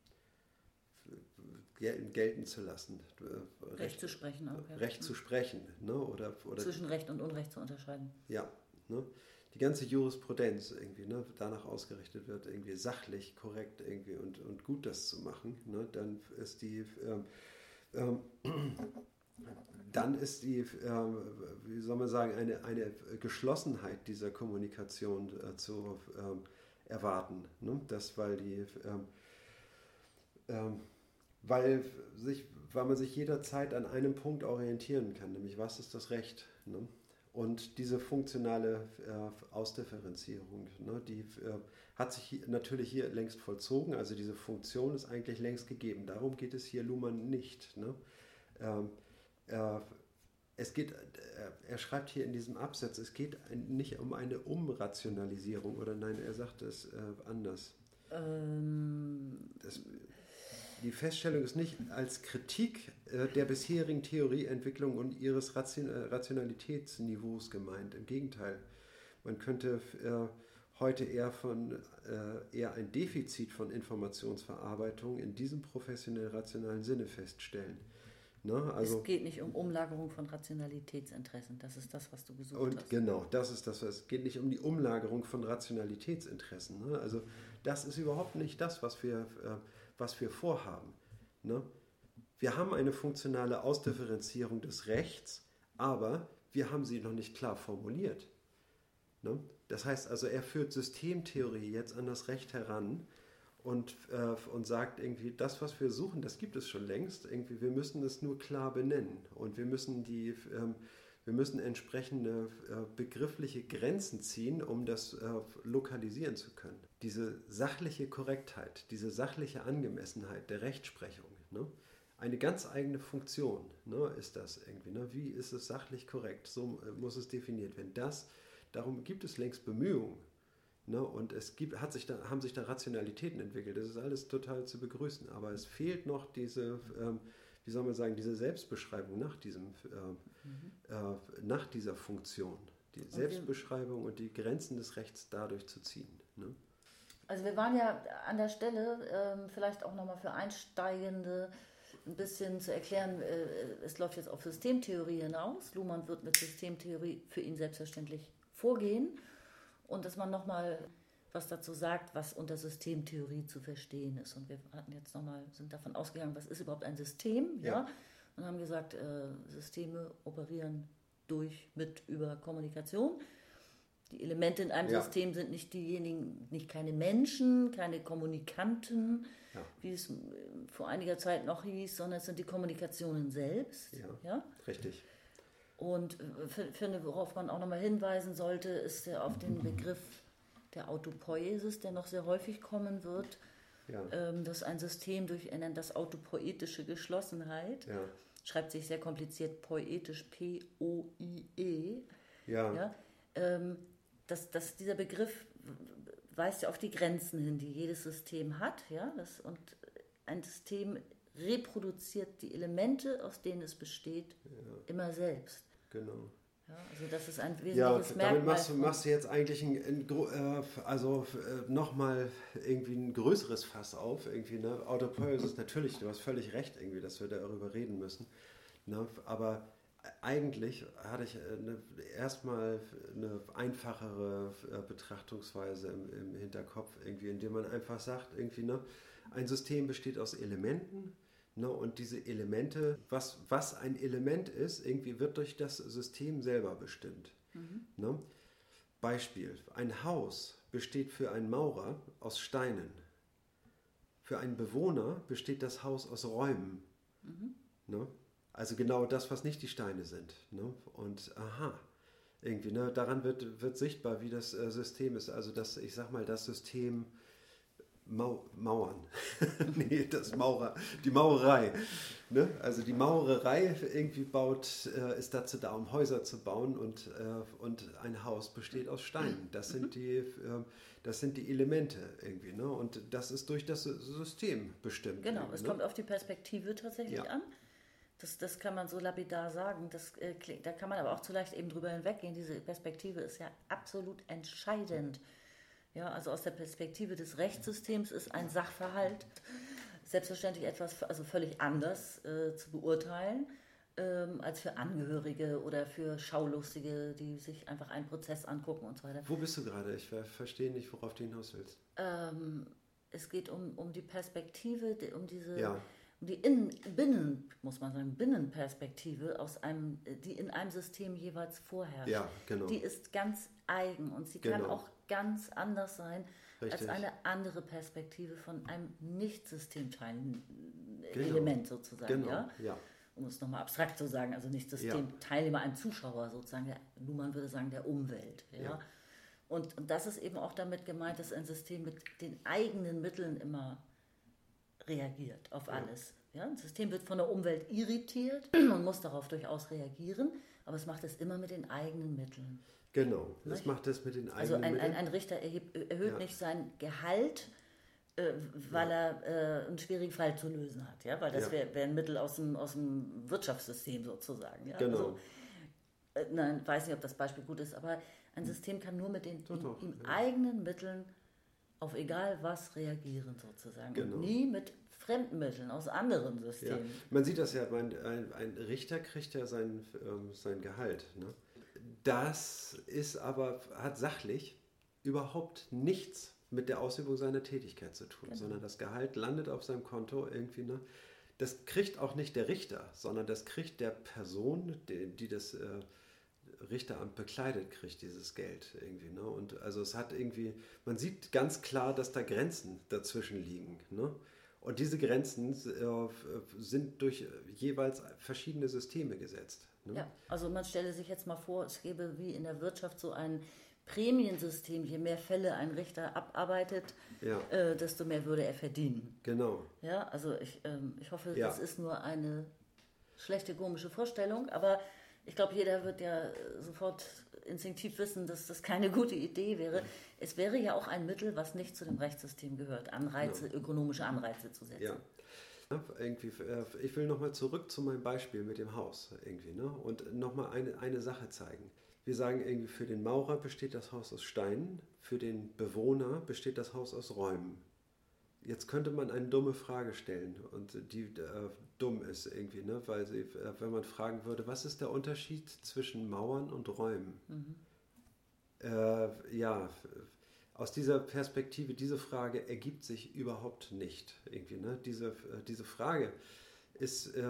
gelten zu lassen. Recht, Recht zu sprechen. Auch, ja. Recht zu sprechen. Ne? Oder, oder zwischen Recht und Unrecht zu unterscheiden. Ja. Ne? Die ganze Jurisprudenz irgendwie, ne, danach ausgerichtet wird, irgendwie sachlich, korrekt irgendwie und, und gut das zu machen, ne? Dann ist die... Ähm, ähm, Dann ist die, äh, wie soll man sagen, eine, eine Geschlossenheit dieser Kommunikation äh, zu äh, erwarten. Ne? Das, weil, die, äh, äh, weil, sich, weil man sich jederzeit an einem Punkt orientieren kann, nämlich was ist das Recht. Ne? Und diese funktionale äh, Ausdifferenzierung, ne, die äh, hat sich hier, natürlich hier längst vollzogen. Also diese Funktion ist eigentlich längst gegeben. Darum geht es hier Luhmann nicht. Ne? Ähm, äh, es geht, äh, er schreibt hier in diesem Absatz, es geht ein, nicht um eine Umrationalisierung, oder nein, er sagt es äh, anders. Ähm. Das, Die Feststellung ist nicht als Kritik äh, der bisherigen Theorieentwicklung und ihres Ration- äh, Rationalitätsniveaus gemeint. Im Gegenteil, man könnte äh, heute eher, von, äh, eher ein Defizit von Informationsverarbeitung in diesem professionell-rationalen Sinne feststellen. Ne? Also, es geht nicht um Umlagerung von Rationalitätsinteressen, das ist das, was du gesucht und hast. Genau, das ist das. Es geht nicht um die Umlagerung von Rationalitätsinteressen. Ne? Also das ist überhaupt nicht das, was wir... Äh, was wir vorhaben. Ne? Wir haben eine funktionale Ausdifferenzierung des Rechts, aber wir haben sie noch nicht klar formuliert. Ne? Das heißt also, er führt Systemtheorie jetzt an das Recht heran und, äh, und sagt irgendwie, das, was wir suchen, das gibt es schon längst. Irgendwie, wir müssen es nur klar benennen und wir müssen die... Ähm, Wir müssen entsprechende äh, begriffliche Grenzen ziehen, um das äh, lokalisieren zu können. Diese sachliche Korrektheit, diese sachliche Angemessenheit der Rechtsprechung, ne? Eine ganz eigene Funktion, ne, ist das irgendwie. Ne? Wie ist es sachlich korrekt? So äh, muss es definiert werden. Das, darum gibt es längst Bemühungen. Ne? Und es gibt, hat sich da, haben sich da Rationalitäten entwickelt. Das ist alles total zu begrüßen. Aber es fehlt noch diese... Ähm, wie soll man sagen, diese Selbstbeschreibung nach, diesem, äh, mhm. äh, nach dieser Funktion, die und Selbstbeschreibung und die Grenzen des Rechts dadurch zu ziehen. Ne? Also wir waren ja an der Stelle, ähm, vielleicht auch nochmal für Einsteigende ein bisschen zu erklären, äh, es läuft jetzt auf Systemtheorie hinaus. Luhmann wird mit Systemtheorie für ihn selbstverständlich vorgehen und dass man nochmal was dazu sagt, was unter Systemtheorie zu verstehen ist. Und wir hatten jetzt noch mal, sind davon ausgegangen, was ist überhaupt ein System? Ja. ja? Und haben gesagt, äh, Systeme operieren durch, mit, über Kommunikation. Die Elemente in einem ja. System sind nicht diejenigen, nicht keine Menschen, keine Kommunikanten, ja. wie es vor einiger Zeit noch hieß, sondern es sind die Kommunikationen selbst. Ja, ja? Richtig. Und ich finde, worauf man auch noch mal hinweisen sollte, ist ja auf den Begriff der Autopoiesis, der noch sehr häufig kommen wird, ja. ähm, dass ein System durch, er nennt das autopoetische Geschlossenheit, ja. schreibt sich sehr kompliziert, poetisch, P O I E, ja. ja, ähm, dass, dass dieser Begriff weist ja auf die Grenzen hin, die jedes System hat, ja, das, und ein System reproduziert die Elemente, aus denen es besteht, ja. immer selbst. Genau. Ja, also das ist ein wesentliches ja, Merkmal. Damit machst du, machst du jetzt eigentlich ein, ein, äh, also äh, nochmal irgendwie ein größeres Fass auf. Irgendwie, ne? Autopoiesis, natürlich, du hast völlig recht, irgendwie, dass wir darüber reden müssen. Ne? Aber eigentlich hatte ich eine, erstmal eine einfachere äh, Betrachtungsweise im, im Hinterkopf, irgendwie, indem man einfach sagt, irgendwie, ne? Ein System besteht aus Elementen. Ne, und diese Elemente, was, was ein Element ist, irgendwie wird durch das System selber bestimmt. Mhm. Ne? Beispiel, ein Haus besteht für einen Maurer aus Steinen. Für einen Bewohner besteht das Haus aus Räumen. Mhm. Ne? Also genau das, was nicht die Steine sind. Ne? Und aha, irgendwie, ne, daran wird, wird sichtbar, wie das äh, System ist. Also das, ich sag mal, das System Mau- Mauern. nee, das Maurer, die Maurerei. Ne? Also die Maurerei irgendwie baut, äh, ist dazu da, um Häuser zu bauen und, äh, und ein Haus besteht aus Steinen. Das sind die, äh, das sind die Elemente irgendwie. Ne? Und das ist durch das System bestimmt. Genau, es ne? kommt auf die Perspektive tatsächlich ja. an. Das, das kann man so lapidar sagen. Das, äh, da kann man aber auch zu leicht eben drüber hinweggehen. Diese Perspektive ist ja absolut entscheidend. Ja, also aus der Perspektive des Rechtssystems ist ein Sachverhalt selbstverständlich etwas, also völlig anders äh, zu beurteilen ähm, als für Angehörige oder für Schaulustige, die sich einfach einen Prozess angucken und so weiter. Wo bist du gerade? Ich verstehe nicht, worauf du hinaus willst. Ähm, es geht um, um die Perspektive, um diese, ja. um die Innen, Binnen, muss man sagen, Binnenperspektive, aus einem, die in einem System jeweils vorherrscht. Ja, genau. Die ist ganz eigen und sie genau. kann auch ganz anders sein Richtig. als eine andere Perspektive von einem Nicht-Systemteilen-Element genau. sozusagen. Genau. Ja? Ja. um es nochmal abstrakt zu sagen, also nicht Systemteilnehmer, ein Zuschauer sozusagen, der, Luhmann würde sagen, der Umwelt. Ja? Ja. Und, und das ist eben auch damit gemeint, dass ein System mit den eigenen Mitteln immer reagiert auf alles. Ja. Ja? Ein System wird von der Umwelt irritiert und muss darauf durchaus reagieren, aber es macht es immer mit den eigenen Mitteln. Genau, es macht es mit den eigenen also ein, Mitteln. Also ein, ein Richter erhebt, erhöht ja. nicht sein Gehalt, äh, weil ja. er äh, einen schwierigen Fall zu lösen hat. Ja? Weil das ja. wäre wär ein Mittel aus dem, aus dem Wirtschaftssystem sozusagen. Ja? Genau. Also, äh, nein, ich weiß nicht, ob das Beispiel gut ist, aber ein System kann nur mit den doch, doch, ihm ja. eigenen Mitteln auf egal was reagieren sozusagen. Genau. Und nie mit fremden Mitteln aus anderen Systemen. Ja. Man sieht das ja, ein, ein, ein Richter kriegt ja sein, ähm, sein Gehalt. Ne? Das ist aber, hat sachlich überhaupt nichts mit der Ausübung seiner Tätigkeit zu tun, genau. sondern das Gehalt landet auf seinem Konto irgendwie. Ne? Das kriegt auch nicht der Richter, sondern das kriegt der Person, die, die das äh, Richteramt bekleidet, kriegt dieses Geld irgendwie. Ne? Und also es hat irgendwie, man sieht ganz klar, dass da Grenzen dazwischen liegen. Ne? Und diese Grenzen äh, sind durch jeweils verschiedene Systeme gesetzt. Ne? Ja, also man stelle sich jetzt mal vor, es gäbe wie in der Wirtschaft so ein Prämiensystem, je mehr Fälle ein Richter abarbeitet, ja. äh, desto mehr würde er verdienen. Genau. Ja, also ich, ähm, ich hoffe, ja. das ist nur eine schlechte, komische Vorstellung, aber ich glaube, jeder wird ja sofort instinktiv wissen, dass das keine gute Idee wäre. Mhm. Es wäre ja auch ein Mittel, was nicht zu dem Rechtssystem gehört, Anreize, ja. ökonomische Anreize zu setzen. Ja. Irgendwie, ich will nochmal zurück zu meinem Beispiel mit dem Haus irgendwie, ne? Und nochmal eine, eine Sache zeigen. Wir sagen irgendwie, für den Maurer besteht das Haus aus Steinen, für den Bewohner besteht das Haus aus Räumen. Jetzt könnte man eine dumme Frage stellen und die äh, dumm ist irgendwie, ne? Weil sie, äh, wenn man fragen würde, was ist der Unterschied zwischen Mauern und Räumen? Mhm. Äh, ja, aus dieser Perspektive, diese Frage ergibt sich überhaupt nicht irgendwie, ne? Diese, äh, diese Frage ist, äh,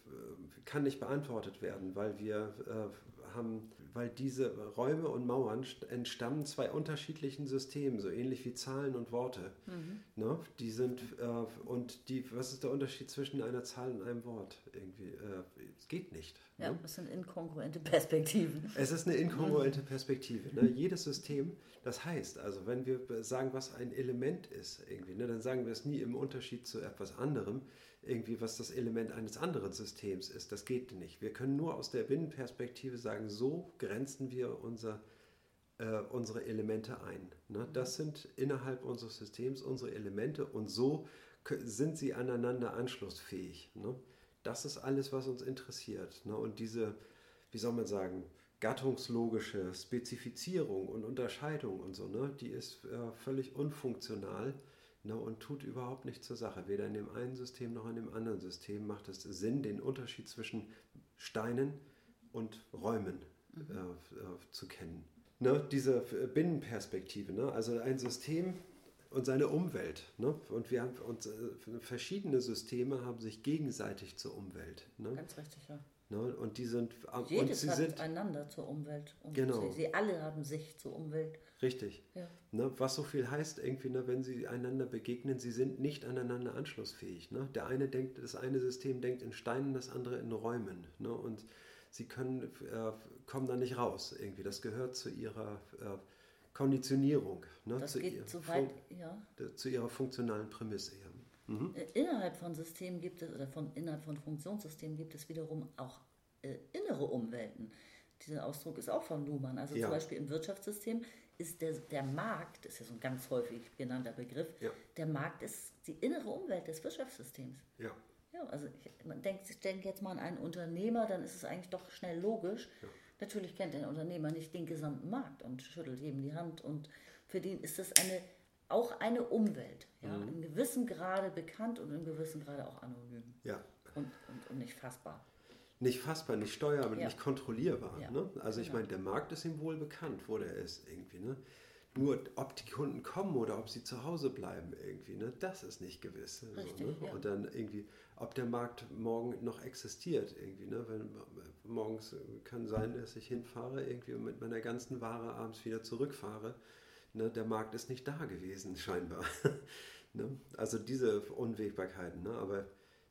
kann nicht beantwortet werden, weil wir äh, haben, weil diese Räume und Mauern entstammen zwei unterschiedlichen Systemen, so ähnlich wie Zahlen und Worte. Mhm. Ne? Die sind äh, und die, was ist der Unterschied zwischen einer Zahl und einem Wort? Irgendwie, äh, es geht nicht. Ja, ne? Das sind inkongruente Perspektiven. Es ist eine inkongruente Perspektive. Ne? Jedes System, das heißt, also wenn wir sagen, was ein Element ist, irgendwie, ne, dann sagen wir es nie im Unterschied zu etwas anderem, irgendwie, was das Element eines anderen Systems ist. Das geht nicht. Wir können nur aus der Binnenperspektive sagen, so grenzen wir unser, äh, unsere Elemente ein. Ne? Das sind innerhalb unseres Systems unsere Elemente und so sind sie aneinander anschlussfähig. Ne? Das ist alles, was uns interessiert. Ne? Und diese, wie soll man sagen, gattungslogische Spezifizierung und Unterscheidung und so, ne? Die ist äh, völlig unfunktional. Ne, und tut überhaupt nichts zur Sache. Weder in dem einen System noch in dem anderen System macht es Sinn, den Unterschied zwischen Steinen und Räumen mhm. äh, äh, zu kennen. Ne, diese Binnenperspektive, ne, also ein System und seine Umwelt. Ne, und wir haben und, äh, verschiedene Systeme haben sich gegenseitig zur Umwelt. Ne. Ganz richtig, ja. Ne, und die sind Jedes und sie hat sind einander zur Umwelt. Und genau. sie, sie alle haben sich zur Umwelt. Richtig. Ja. Ne, was so viel heißt, irgendwie, ne, wenn sie einander begegnen, sie sind nicht aneinander anschlussfähig. Ne? Der eine denkt, das eine System denkt in Steinen, das andere in Räumen. Ne? Und sie können, äh, kommen da nicht raus. Irgendwie. Das gehört zu ihrer äh, Konditionierung. Ne? Das zu geht ihr, so weit, fun- ja. Zu ihrer funktionalen Prämisse. Ja. Mhm. Innerhalb von Systemen gibt es, oder von, innerhalb von Funktionssystemen gibt es wiederum auch äh, innere Umwelten. Dieser Ausdruck ist auch von Luhmann. Also ja. zum Beispiel im Wirtschaftssystem ist der, der Markt, das ist ja so ein ganz häufig genannter Begriff, ja. der Markt ist die innere Umwelt des Wirtschaftssystems. Ja. Ja, also ich, man denkt, ich denke jetzt mal an einen Unternehmer, dann ist es eigentlich doch schnell logisch. Ja. Natürlich kennt der Unternehmer nicht den gesamten Markt und schüttelt jedem die Hand und für den ist das eine, auch eine Umwelt. Ja, mhm. In gewissem Grade bekannt und in gewissem Grade auch anonym. Ja. Und, und, und nicht fassbar. Nicht fassbar, nicht steuerbar, ja. nicht kontrollierbar. Ja. Ne? Also ich genau. meine, der Markt ist ihm wohl bekannt, wo der ist irgendwie. Ne? Nur ob die Kunden kommen oder ob sie zu Hause bleiben irgendwie, ne? Das ist nicht gewiss. Richtig, so, ne? ja. Und dann irgendwie, ob der Markt morgen noch existiert irgendwie. Ne? Wenn, morgens kann sein, dass ich hinfahre irgendwie und mit meiner ganzen Ware abends wieder zurückfahre. Ne? Der Markt ist nicht da gewesen scheinbar. Ne? Also diese Unwägbarkeiten, ne? Aber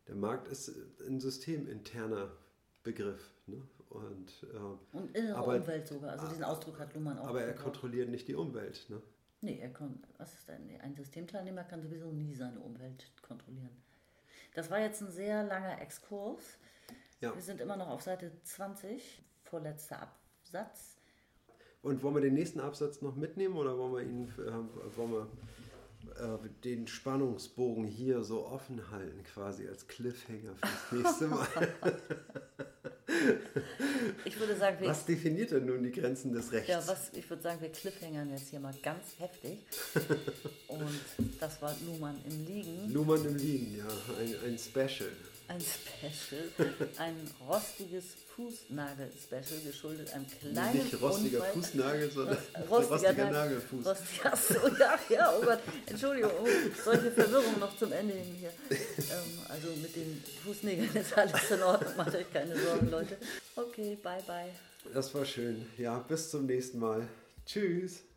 der Markt ist ein systeminterner Begriff. Ne? Und, äh, Und innere aber, Umwelt sogar. Also diesen Ausdruck hat Luhmann auch. Aber er gebraucht. Kontrolliert nicht die Umwelt. Ne? Nee, er kon- was ist denn? Ein Systemteilnehmer kann sowieso nie seine Umwelt kontrollieren. Das war jetzt ein sehr langer Exkurs. Ja. Wir sind immer noch auf Seite zwanzig, vorletzter Absatz. Und wollen wir den nächsten Absatz noch mitnehmen oder wollen wir ihn, äh, wollen wir äh, den Spannungsbogen hier so offen halten, quasi als Cliffhanger fürs nächste Mal? Ich würde sagen, wir, was definiert denn nun die Grenzen des Rechts? Ja, was, ich würde sagen, wir cliffhangern jetzt hier mal ganz heftig. Und das war Luhmann im Liegen. Luhmann im Liegen, ja, ein, ein Special. Ein Special, ein rostiges Fußnagel-Special, geschuldet einem kleinen Nicht rostiger Unfall. Fußnagel, sondern rostiger, rostiger Nagelfuß. Rostiger, achso, ja, ja, oh Gott, Entschuldigung, oh, solche Verwirrung noch zum Ende hin hier. Ähm, also mit den Fußnägeln ist alles in Ordnung, macht euch keine Sorgen, Leute. Okay, bye, bye. Das war schön. Ja, bis zum nächsten Mal. Tschüss.